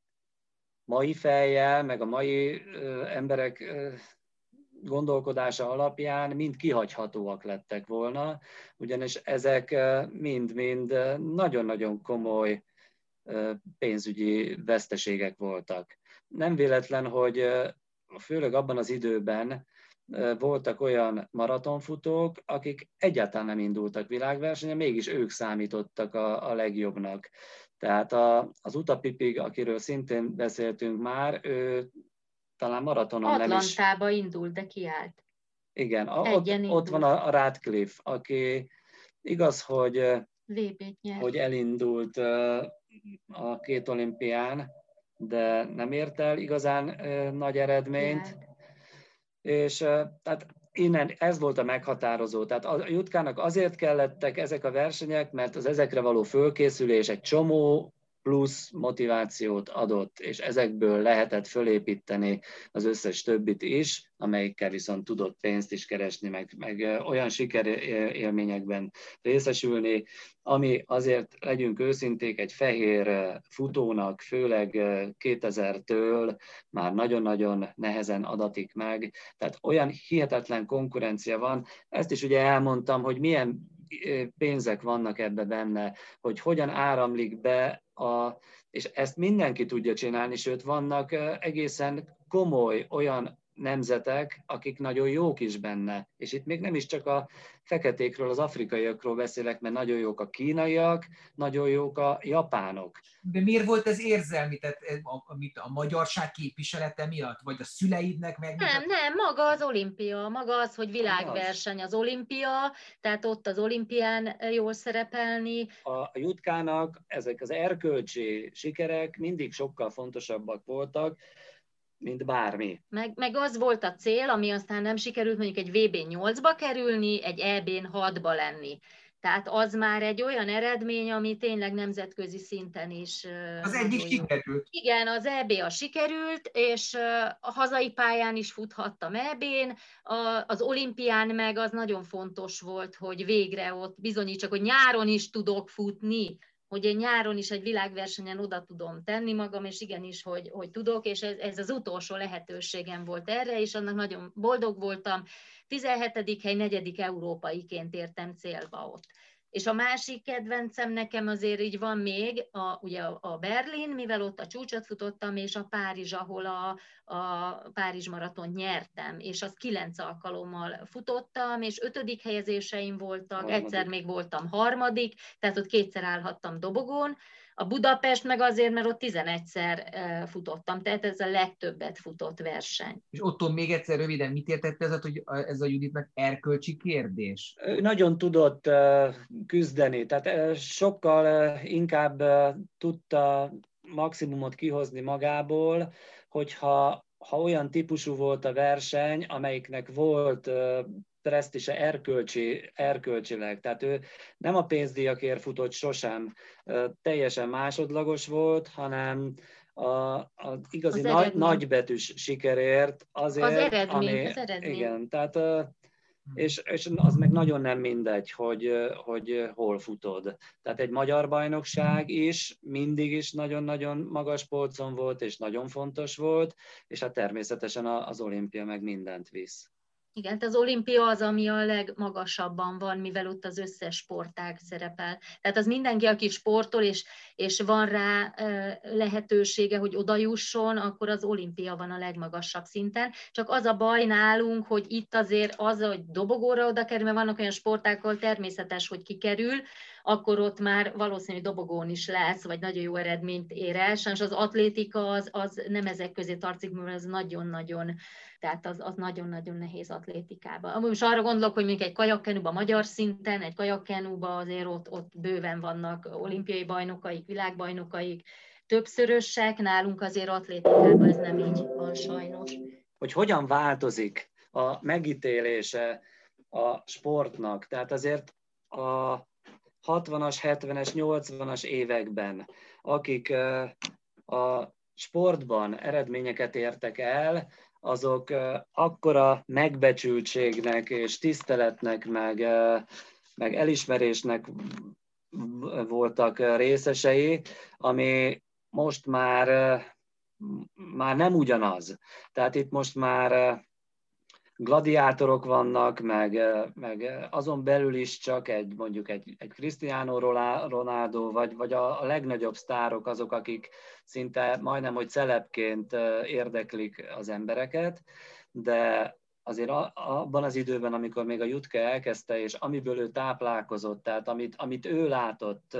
mai fejjel, meg a mai emberek gondolkodása alapján mind kihagyhatóak lettek volna, ugyanis ezek mind-mind nagyon-nagyon komoly pénzügyi veszteségek voltak. Nem véletlen, hogy főleg abban az időben voltak olyan maratonfutók, akik egyáltalán nem indultak világversenyen, mégis ők számítottak a legjobbnak. Tehát az Utapipig, akiről szintén beszéltünk már, ő talán maratonon nem is... Atlantába indult, de kiállt. Igen, ott van a Radcliffe, aki igaz, hogy elindult a 2 olimpián, de nem ért el igazán nagy eredményt. És tehát innen ez volt a meghatározó. Tehát a Jutkának azért kellettek ezek a versenyek, mert az ezekre való fölkészülés egy csomó plusz motivációt adott, és ezekből lehetett fölépíteni az összes többit is, amelyikkel viszont tudott pénzt is keresni, meg olyan sikerélményekben részesülni, ami azért, legyünk őszinték, egy fehér futónak, főleg 2000-től már nagyon-nagyon nehezen adatik meg. Tehát olyan hihetetlen konkurencia van. Ezt is ugye elmondtam, hogy milyen pénzek vannak ebbe benne, hogy hogyan áramlik be, és ezt mindenki tudja csinálni, sőt vannak egészen komoly olyan nemzetek, akik nagyon jók is benne. És itt még nem is csak a feketékről, az afrikaiakról beszélek, mert nagyon jók a kínaiak, nagyon jók a japánok. De miért volt ez érzelmi, tehát amit a magyarság képviselete miatt? Vagy a szüleidnek meg? Nem, maga az olimpia, maga az, hogy világverseny az olimpia, tehát ott az olimpián jól szerepelni. A jutkának ezek az erkölcsi sikerek mindig sokkal fontosabbak voltak, mint bármi. Meg az volt a cél, ami aztán nem sikerült mondjuk egy VB 8-ba kerülni, egy EB-n 6-ba lenni. Tehát az már egy olyan eredmény, ami tényleg nemzetközi szinten is... Az egyik sikerült. Igen, az EB sikerült, és a hazai pályán is futhattam EB-n, az olimpián meg az nagyon fontos volt, hogy végre ott bizonyítsak, hogy nyáron is tudok futni, hogy én nyáron is egy világversenyen oda tudom tenni magam, és igenis, hogy tudok, és ez az utolsó lehetőségem volt erre, és annak nagyon boldog voltam. 17. hely, 4. európaiként értem célba ott. És a másik kedvencem nekem azért így van még, ugye a Berlin, mivel ott a csúcsot futottam, és a Párizs, ahol a Párizs maratont nyertem, és azt 9 alkalommal futottam, és 5. helyezéseim voltak, egyszer még voltam 3., tehát ott 2-szer állhattam dobogón. A Budapest meg azért, mert ott 11-szer futottam, tehát ez a legtöbbet futott verseny. És Otthon még egyszer röviden, mit értett ez, hogy ez a Juditnak erkölcsi kérdés? Ő nagyon tudott küzdeni, tehát sokkal inkább tudta maximumot kihozni magából, hogyha olyan típusú volt a verseny, amelyiknek volt presztízse erkölcsileg. Tehát ő nem a pénzdíjakért futott sosem, teljesen másodlagos volt, hanem az igazi nagybetűs sikerért azért, az eredmény. Igen, tehát és az meg nagyon nem mindegy, hogy hol futod. Tehát egy magyar bajnokság is mindig is nagyon-nagyon magas polcon volt, és nagyon fontos volt, és hát természetesen az olimpia meg mindent visz. Igen, az olimpia az, ami a legmagasabban van, mivel ott az összes sportág szerepel. Tehát az mindenki, aki sportol, és van rá lehetősége, hogy oda jusson, akkor az olimpia van a legmagasabb szinten. Csak az a baj nálunk, hogy itt azért az, hogy dobogóra oda kerül, mert vannak olyan sportág, ahol természetes, hogy kikerül, akkor ott már valószínű dobogón is lesz, vagy nagyon jó eredményt ér el. Sajnos az atlétika az nem ezek közé tartozik, mert az nagyon-nagyon, tehát az nagyon-nagyon nehéz atlétikában. Most arra gondolok, hogy még egy kajakkenúban magyar szinten, egy kajakkenúban azért ott bőven vannak olimpiai bajnokaik, világbajnokaik, többszörösek, nálunk azért atlétikában ez nem így van sajnos. Hogy hogyan változik a megítélése a sportnak, tehát azért a 60-as, 70-es, 80-as években, akik a sportban eredményeket értek el, azok akkora megbecsültségnek és tiszteletnek, meg elismerésnek voltak részesei, ami most már nem ugyanaz. Tehát itt most már gladiátorok vannak, meg azon belül is csak mondjuk egy Cristiano Ronaldo, vagy a legnagyobb sztárok azok, akik szinte majdnem, hogy celebként érdeklik az embereket, de azért abban az időben, amikor még a Jutke elkezdte, és amiből ő táplálkozott, tehát amit ő látott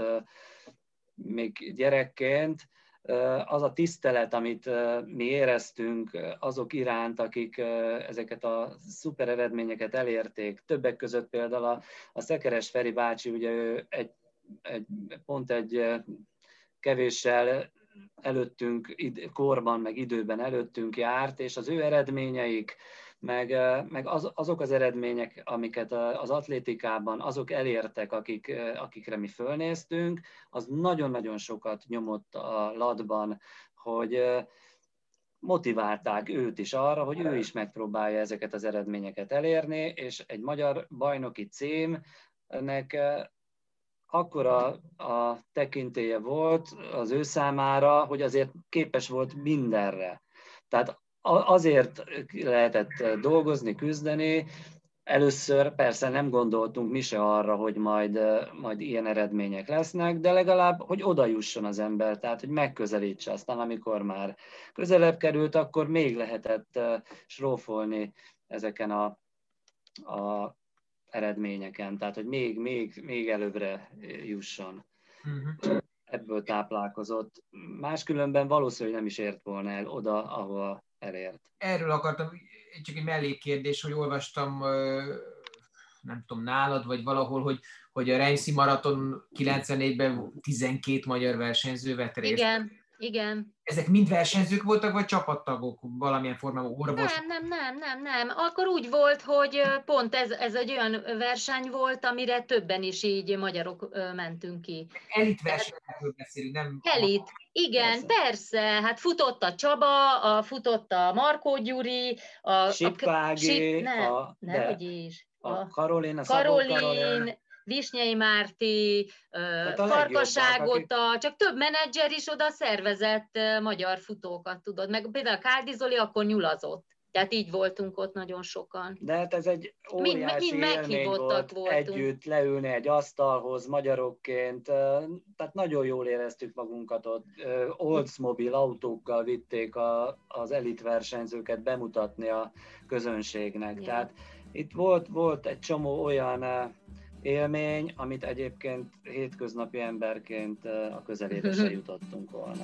még gyerekként, az a tisztelet, amit mi éreztünk azok iránt, akik ezeket a szuper eredményeket elérték. Többek között például a Szekeres Feri bácsi, ugye ő pont egy kevéssel előttünk, korban, meg időben előttünk járt, és az ő eredményeik, meg azok az eredmények, amiket az atlétikában azok elértek, akikre mi fölnéztünk, az nagyon-nagyon sokat nyomott a latban, hogy motiválták őt is arra, hogy ő is megpróbálja ezeket az eredményeket elérni, és egy magyar bajnoki címnek akkora a tekintélye volt az ő számára, hogy azért képes volt mindenre. Tehát azért lehetett dolgozni, küzdeni, Először persze nem gondoltunk mi se arra, hogy majd ilyen eredmények lesznek, de legalább, hogy oda jusson az ember, tehát hogy megközelítse. Aztán amikor már közelebb került, akkor még lehetett srófolni ezeken a eredményeken, tehát hogy még előbbre jusson. Ebből táplálkozott. Máskülönben valószínűleg nem is ért volna el oda, ahol elért. Erről akartam, csak egy mellékkérdés, hogy olvastam, nem tudom, nálad, vagy valahol, hogy a Reims maraton 94-ben 12 magyar versenyző vett részt. Igen. Ezek mind versenyzők voltak, vagy csapattagok, valamilyen formában orvos? Nem. Akkor úgy volt, hogy pont ez egy olyan verseny volt, amire többen is így magyarok mentünk ki. Elit versenyekről beszélünk, nem? Elit, igen, persze. Hát futott a Csaba, futott a Markó Gyuri, a Sipkági, a Karolin, Visnyei Márti, Farkas Ágota, csak több menedzser is oda szervezett magyar futókat, tudod. Meg például Káldi Zoli akkor nyulazott. Tehát így voltunk ott nagyon sokan. De hát ez egy óriási élmény volt együtt leülni egy asztalhoz magyarokként. Tehát nagyon jól éreztük magunkat ott. Oldsmobile autókkal vitték az elitversenyzőket bemutatni a közönségnek. Ja. Tehát itt volt egy csomó olyan élmény, amit egyébként hétköznapi emberként a közelébe se jutottunk volna.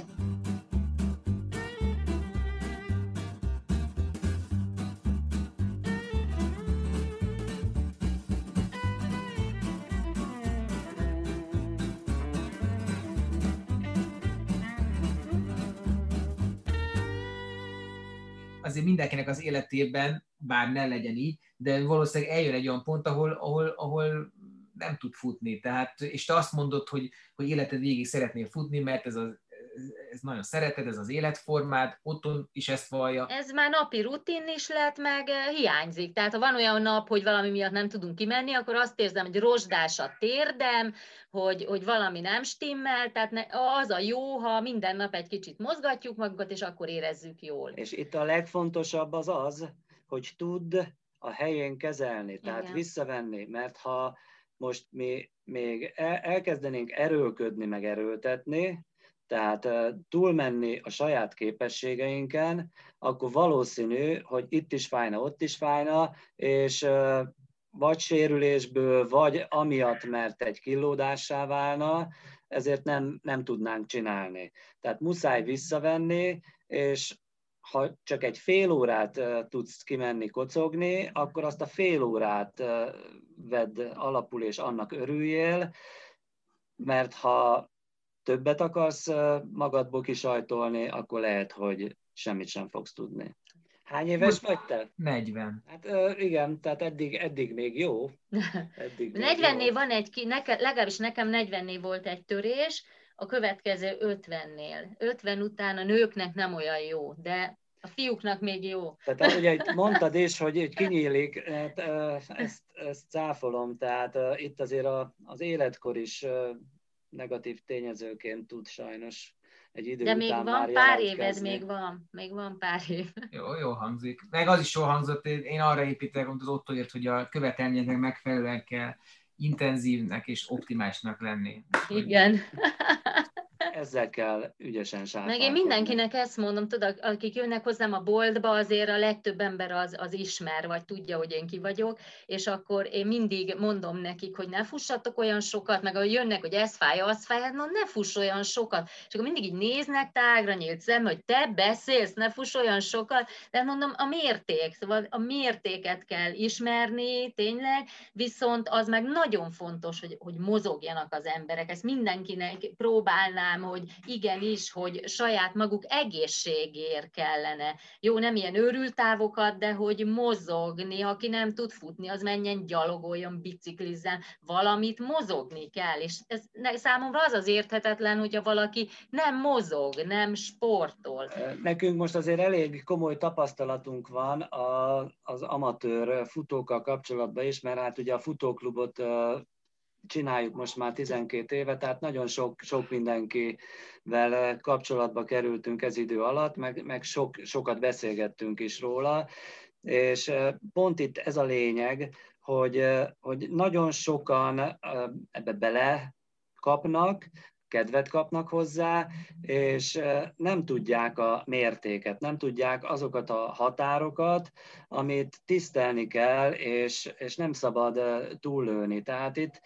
Azért mindenkinek az életében, bár ne legyen így, de valószínűleg eljön egy olyan pont, ahol nem tud futni. Tehát, és te azt mondod, hogy életed végig szeretnél futni, mert ez nagyon szereted, ez az életformád, otthon is ezt vallja. Ez már napi rutin is lett, meg hiányzik. Tehát ha van olyan nap, hogy valami miatt nem tudunk kimenni, akkor azt érzem, hogy rozsdás a térdem, hogy valami nem stimmel, tehát az a jó, ha minden nap egy kicsit mozgatjuk magunkat, és akkor érezzük jól. És itt a legfontosabb az, hogy tudd a helyén kezelni, tehát igen, visszavenni, mert ha most mi még elkezdenénk erőlködni, meg erőltetni, tehát túlmenni a saját képességeinken, akkor valószínű, hogy itt is fájna, ott is fájna, és vagy sérülésből, vagy amiatt, mert egy kínlódássá válna, ezért nem tudnánk csinálni. Tehát muszáj visszavenni, és ha csak egy fél órát tudsz kimenni kocogni, akkor azt a fél órát vedd alapul, és annak örüljél, mert ha többet akarsz magadból kisajtolni, akkor lehet, hogy semmit sem fogsz tudni. Hány éves vagy te? 40. Hát igen, tehát eddig még jó. 40-nél van legalábbis nekem 40-nél volt egy törés, a következő 50-nél. 50 után a nőknek nem olyan jó, de a fiúknak még jó. Tehát ugye itt mondtad is, hogy kinyílik, ezt cáfolom, tehát itt azért az életkor is negatív tényezőként tud sajnos egy idő után már már pár éved, még van pár év. Jó hangzik. Meg az is jól hangzott, én arra építek, amit az Otto írt, hogy a követelményeknek megfelelően kell intenzívnek és optimálisnak lenni. Igen. Ezzel kell ügyesen sáfálkodni. Meg én mindenkinek ezt mondom, tudod, akik jönnek hozzám a boltba, azért a legtöbb ember az ismer, vagy tudja, hogy én ki vagyok, és akkor én mindig mondom nekik, hogy ne fussatok olyan sokat, meg ahogy jönnek, hogy ez fáj, az fáj, hát ne fuss olyan sokat. És akkor mindig így néznek tágra nyílt szemmel, hogy te beszélsz, ne fuss olyan sokat, de mondom, a mérték, szóval a mértéket kell ismerni, tényleg, viszont az meg nagyon fontos, hogy mozogjanak az emberek. Ezt mindenkinek próbálnám, hogy igenis, hogy saját maguk egészségért kellene. Jó, nem ilyen őrültávokat, de hogy mozogni, aki nem tud futni, az menjen gyalogoljon, biciklizzen, valamit mozogni kell. És ez számomra az érthetetlen, hogyha valaki nem mozog, nem sportol. Nekünk most azért elég komoly tapasztalatunk van az amatőr futókkal kapcsolatban is, mert hát ugye a futóklubot csináljuk most már 12 éve, tehát nagyon sok mindenkivel kapcsolatba kerültünk ez idő alatt, meg sokat beszélgettünk is róla, És pont itt ez a lényeg, hogy nagyon sokan ebbe bele kapnak, kedvet kapnak hozzá, és nem tudják a mértéket, nem tudják azokat a határokat, amit tisztelni kell, és nem szabad túllőni. Tehát itt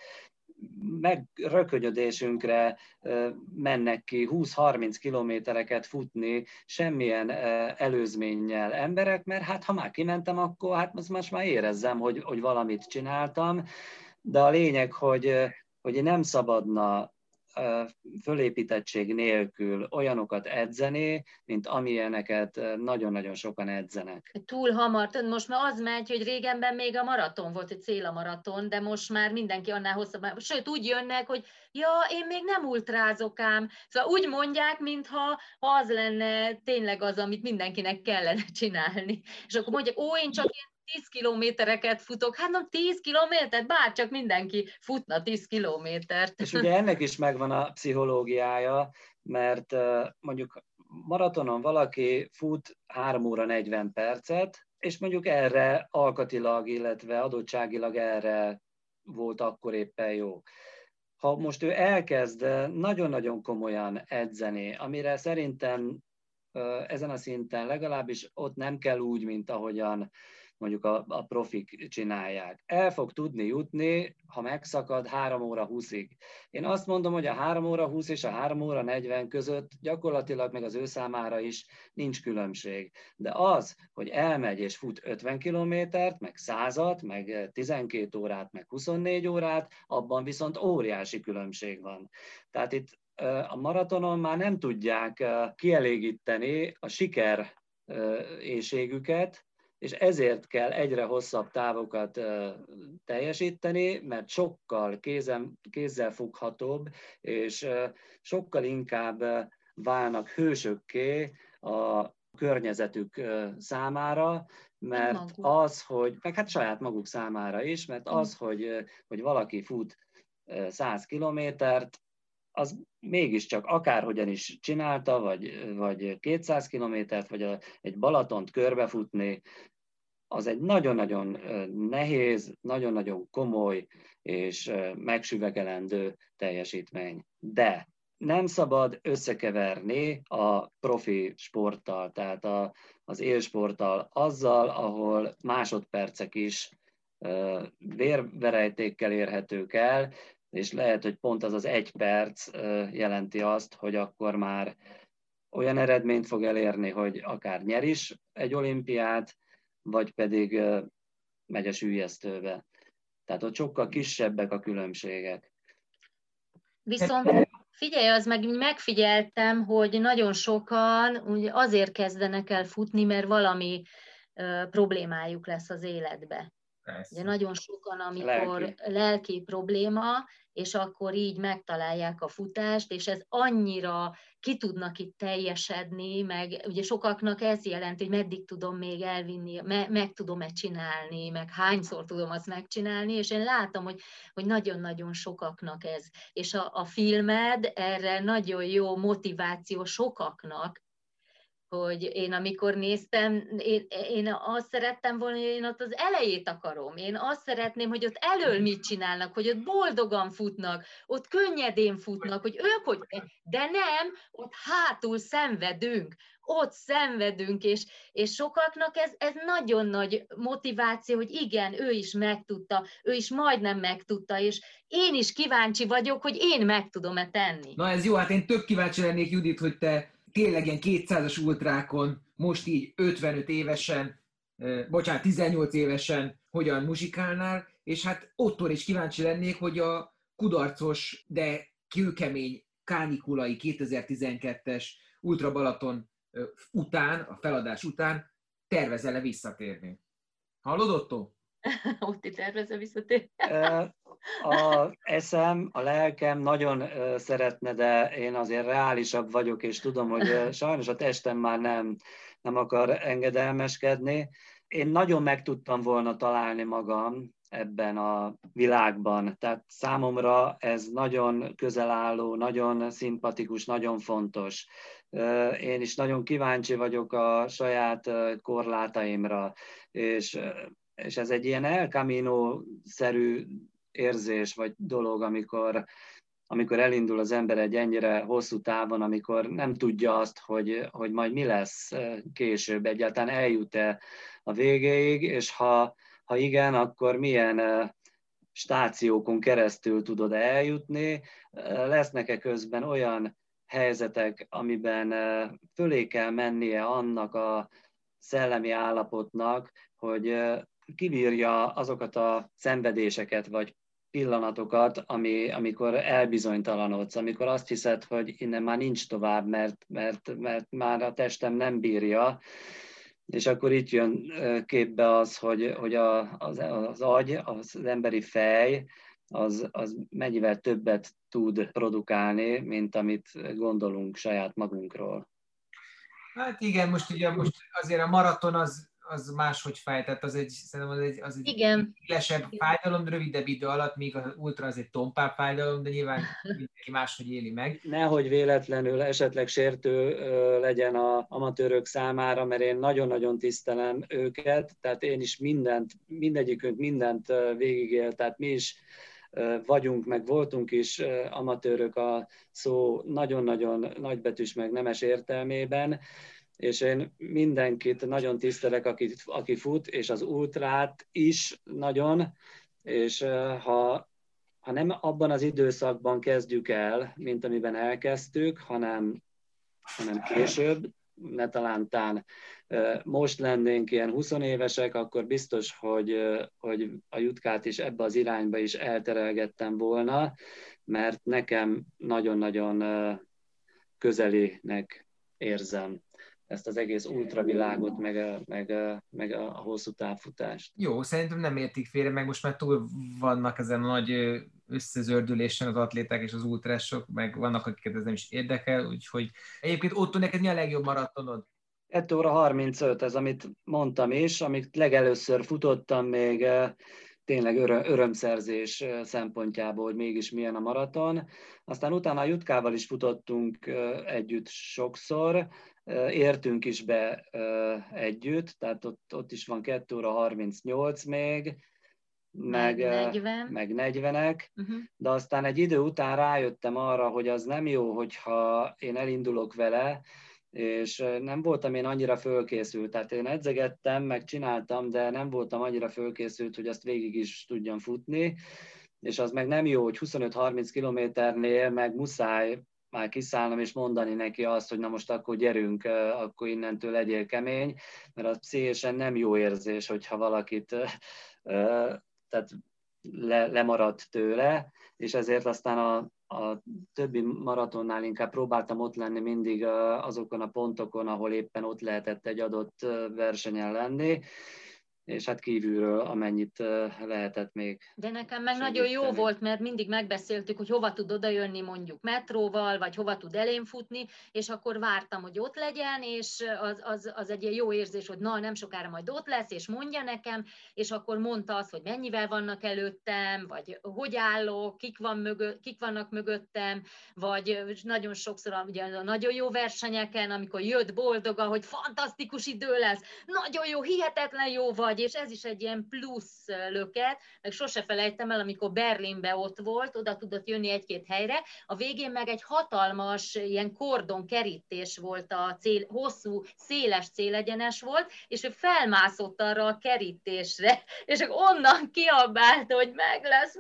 megrökönyödésünkre mennek ki 20-30 kilométereket futni semmilyen előzménnyel emberek, mert hát ha már kimentem, akkor hát most már érezzem, hogy valamit csináltam, de a lényeg, hogy nem szabadna fölépítettség nélkül olyanokat edzeni, mint amilyeneket nagyon-nagyon sokan edzenek. Túl hamar, most már az megy, hogy régenben még a maraton volt, egy cél a maraton, de most már mindenki annál hosszabb. Sőt, úgy jönnek, hogy ja, én még nem ultrázok ám. Szóval úgy mondják, mintha az lenne tényleg az, amit mindenkinek kellene csinálni. És akkor mondják, én csak 10 kilométereket futok. Hát nem 10 kilométert, bárcsak mindenki futna 10 kilométert. És ugye ennek is megvan a pszichológiája, mert mondjuk maratonon valaki fut 3 óra 40 percet, és mondjuk erre alkatilag, illetve adottságilag erre volt akkor éppen jó. Ha most ő elkezd nagyon-nagyon komolyan edzeni, amire szerintem ezen a szinten legalábbis ott nem kell úgy, mint ahogyan mondjuk a profik csinálják. El fog tudni jutni, ha megszakad 3 óra 20-ig. Én azt mondom, hogy a 3 óra 20 és a 3 óra 40 között gyakorlatilag meg az ő számára is nincs különbség. De az, hogy elmegy és fut 50 kilométert, meg 100-at, meg 12 órát, meg 24 órát, abban viszont óriási különbség van. Tehát itt a maratonon már nem tudják kielégíteni a siker éhségüket, és ezért kell egyre hosszabb távokat teljesíteni, mert sokkal kézzelfoghatóbb, és sokkal inkább válnak hősökké a környezetük számára, mert az, hogy, meg hát saját maguk számára is, mert az, hogy valaki fut 100 kilométert, az mégiscsak akárhogyan is csinálta, vagy 200 kilométert, vagy egy Balatont körbefutni, az egy nagyon-nagyon nehéz, nagyon-nagyon komoly és megsüvegelendő teljesítmény. De nem szabad összekeverni a profi sporttal, tehát az élsporttal, azzal, ahol másodpercek is vérverejtékkel érhetők el, és lehet, hogy pont az 1 perc jelenti azt, hogy akkor már olyan eredményt fog elérni, hogy akár nyer is egy olimpiát, vagy pedig megy a süllyesztőbe. Tehát ott sokkal kisebbek a különbségek. Viszont figyelj, az megfigyeltem, hogy nagyon sokan ugye azért kezdenek el futni, mert valami problémájuk lesz az életbe. Ugye nagyon sokan, amikor lelki probléma, és akkor így megtalálják a futást, és ez annyira ki tudnak itt teljesedni, meg ugye sokaknak ez jelenti, hogy meddig tudom még elvinni, meg tudom-e csinálni, meg hányszor tudom azt megcsinálni, és én látom, hogy nagyon-nagyon sokaknak ez. És a filmed erre nagyon jó motiváció sokaknak, hogy én amikor néztem, én azt szerettem volna, hogy én ott az elejét akarom. Én azt szeretném, hogy ott elől mit csinálnak, hogy ott boldogan futnak, ott könnyedén futnak, hogy ők hogy... De nem, ott hátul szenvedünk, ott szenvedünk, és sokaknak ez nagyon nagy motiváció, hogy igen, ő is megtudta, ő is majdnem megtudta, és én is kíváncsi vagyok, hogy én meg tudom-e tenni. Na ez jó, hát én tök kíváncsi lennék, Judit, hogy te tényleg ilyen 200-as ultrákon, most így 55 évesen, 18 évesen hogyan muzsikálnál, és hát ottól is kíváncsi lennék, hogy a kudarcos, de kőkemény kánikulai 2012-es Ultra Balaton után, a feladás után tervezel-e visszatérni? Hallod, Otto? Otti tervezel visszatérni? A eszem, a lelkem nagyon szeretne, de én azért reálisabb vagyok, és tudom, hogy sajnos a testem már nem akar engedelmeskedni. Én nagyon meg tudtam volna találni magam ebben a világban. Tehát számomra ez nagyon közel álló, nagyon szimpatikus, nagyon fontos. Én is nagyon kíváncsi vagyok a saját korlátaimra, és ez egy ilyen El Camino-szerű érzés vagy dolog, amikor elindul az ember egy ennyire hosszú távon, amikor nem tudja azt, hogy majd mi lesz később, egyáltalán eljut-e a végéig, és ha igen, akkor milyen stációkon keresztül tudod eljutni, lesznek-e közben olyan helyzetek, amiben fölé kell mennie annak a szellemi állapotnak, hogy kibírja azokat a szenvedéseket, vagy pillanatokat, amikor elbizonytalanodsz, amikor azt hiszed, hogy innen már nincs tovább, mert már a testem nem bírja, és akkor itt jön képbe az, hogy az agy, az emberi fej, az mennyivel többet tud produkálni, mint amit gondolunk saját magunkról. Hát igen, most azért a maraton az máshogy fáj, tehát szerintem az egy élesebb fájdalom, rövidebb idő alatt, míg az ultra az egy tompább fájdalom, de nyilván mindenki máshogy éli meg. Nehogy véletlenül esetleg sértő legyen az amatőrök számára, mert én nagyon-nagyon tisztelem őket, tehát én is mindegyikünk mindent végigél, tehát mi is vagyunk, meg voltunk is amatőrök a szó nagyon-nagyon nagybetűs meg nemes értelmében, és én mindenkit nagyon tisztelek, aki fut, és az ultrát is nagyon, és ha nem abban az időszakban kezdjük el, mint amiben elkezdtük, hanem később, ne talántán most lennénk ilyen 20 évesek, akkor biztos, hogy a Jutkát is ebbe az irányba is elterelgettem volna, mert nekem nagyon-nagyon közelinek érzem ezt az egész ultravilágot, meg a hosszú távfutást. Jó, szerintem nem értik félre, meg most már túl vannak ezen a nagy összezördülésen az atléták és az ultrások, meg vannak, akiket ez nem is érdekel, úgyhogy egyébként Otto, neked mi a legjobb maratonod? 2 óra 35, ez amit mondtam is, amit legelőször futottam még tényleg örömszerzés szempontjából, hogy mégis milyen a maraton. Aztán utána a Jutkával is futottunk együtt sokszor, értünk is be együtt, tehát ott is van 2 óra 38 még, meg 40-ek, de aztán egy idő után rájöttem arra, hogy az nem jó, hogyha én elindulok vele, és nem voltam én annyira fölkészült, tehát én edzegettem, meg csináltam, de nem voltam annyira fölkészült, hogy azt végig is tudjam futni, és az meg nem jó, hogy 25-30 kilométernél meg muszáj már kiszállnom és mondani neki azt, hogy na most akkor gyerünk, akkor innentől legyél kemény, mert az pszichésen nem jó érzés, hogyha valakit tehát lemaradt tőle, és ezért aztán a többi maratonnál inkább próbáltam ott lenni mindig azokon a pontokon, ahol éppen ott lehetett egy adott versenyen lenni, és hát kívülről amennyit lehetett még. De nekem meg nagyon jó volt, mert mindig megbeszéltük, hogy hova tud odajönni mondjuk metróval, vagy hova tud elém futni, és akkor vártam, hogy ott legyen, és az egy ilyen jó érzés, hogy na, nem sokára majd ott lesz, és mondja nekem, és akkor mondta azt, hogy mennyivel vannak előttem, vagy hogy állok, kik vannak mögöttem, vagy nagyon sokszor ugye a nagyon jó versenyeken, amikor jött boldoga, hogy fantasztikus idő lesz, nagyon jó, hihetetlen jó vagy, és ez is egy ilyen plusz löket, meg sose felejtem el, amikor Berlinbe ott volt, oda tudott jönni egy-két helyre, a végén meg egy hatalmas ilyen kordon kerítés volt, hosszú, széles célegyenes volt, és ő felmászott arra a kerítésre, és onnan kiabált, hogy meg lesz.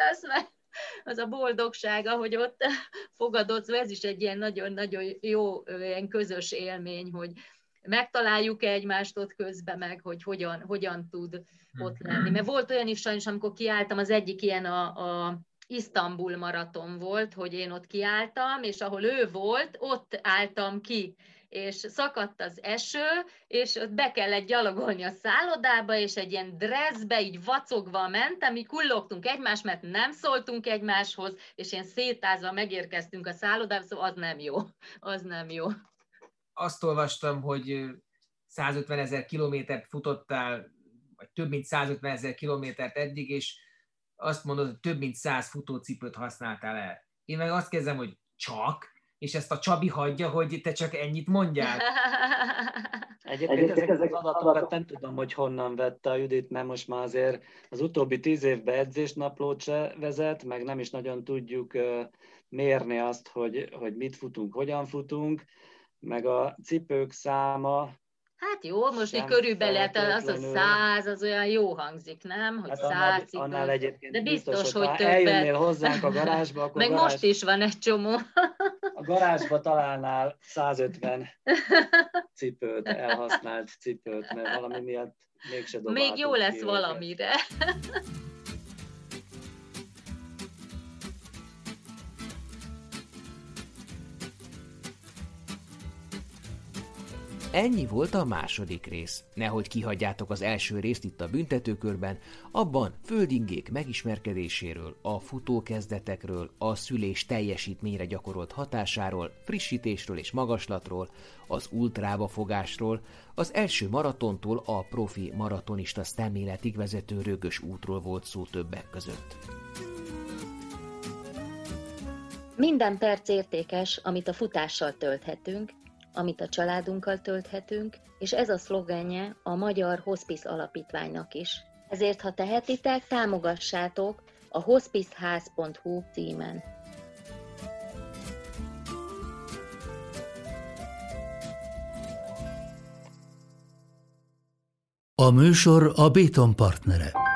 Az a boldogsága, hogy ott fogadott, ez is egy ilyen nagyon-nagyon jó ilyen közös élmény, hogy megtaláljuk egymást ott közben meg, hogy hogyan tud ott lenni. Mert volt olyan is sajnos, amikor kiálltam, az egyik ilyen a Isztambul maraton volt, hogy én ott kiálltam, és ahol ő volt, ott álltam ki. És szakadt az eső, és ott be kellett gyalogolni a szállodába, és egy ilyen dresszbe, így vacogva mentem, mi kullogtunk egymást, mert nem szóltunk egymáshoz, és ilyen szétázva megérkeztünk a szállodába, szóval az nem jó. Azt olvastam, hogy 150 000 kilométert futottál, vagy több mint 150 000 kilométert eddig, és azt mondod, hogy több mint 100 futócipőt használtál el. Én meg azt kezdem, hogy csak, és ezt a Csabi hagyja, hogy te csak ennyit mondjál. Egyébként ezeket az adatokat nem tudom, hogy honnan vette a Judit, mert most már azért az utóbbi 10 évben edzésnaplót se vezet, meg nem is nagyon tudjuk mérni azt, hogy mit futunk, hogyan futunk, meg a cipők száma. Hát jó, most így körülbelül az, hogy 100, az olyan jó hangzik, nem? Hogy hát 100 annál egyébként de biztos, hogy többet. Eljönnél hozzánk a garázsba, akkor meg most is van egy csomó. A garázsba találnál 150 cipőt, elhasznált cipőt, mert valami miatt mégse dobáltuk. Még jó lesz valamire. Ennyi volt a második rész. Nehogy kihagyjátok az első részt itt a büntetőkörben, abban földingék megismerkedéséről, a futókezdetekről, a szülés teljesítményre gyakorolt hatásáról, frissítésről és magaslatról, az ultrába fogásról, az első maratontól a profi maratonista szemléletig vezető rögös útról volt szó többek között. Minden perc értékes, amit a futással tölthetünk, amit a családunkkal tölthetünk, és ez a szlogenje a Magyar Hospice Alapítványnak is. Ezért, ha tehetitek, támogassátok a hospiceház.hu címen. A műsor a Béton partnere.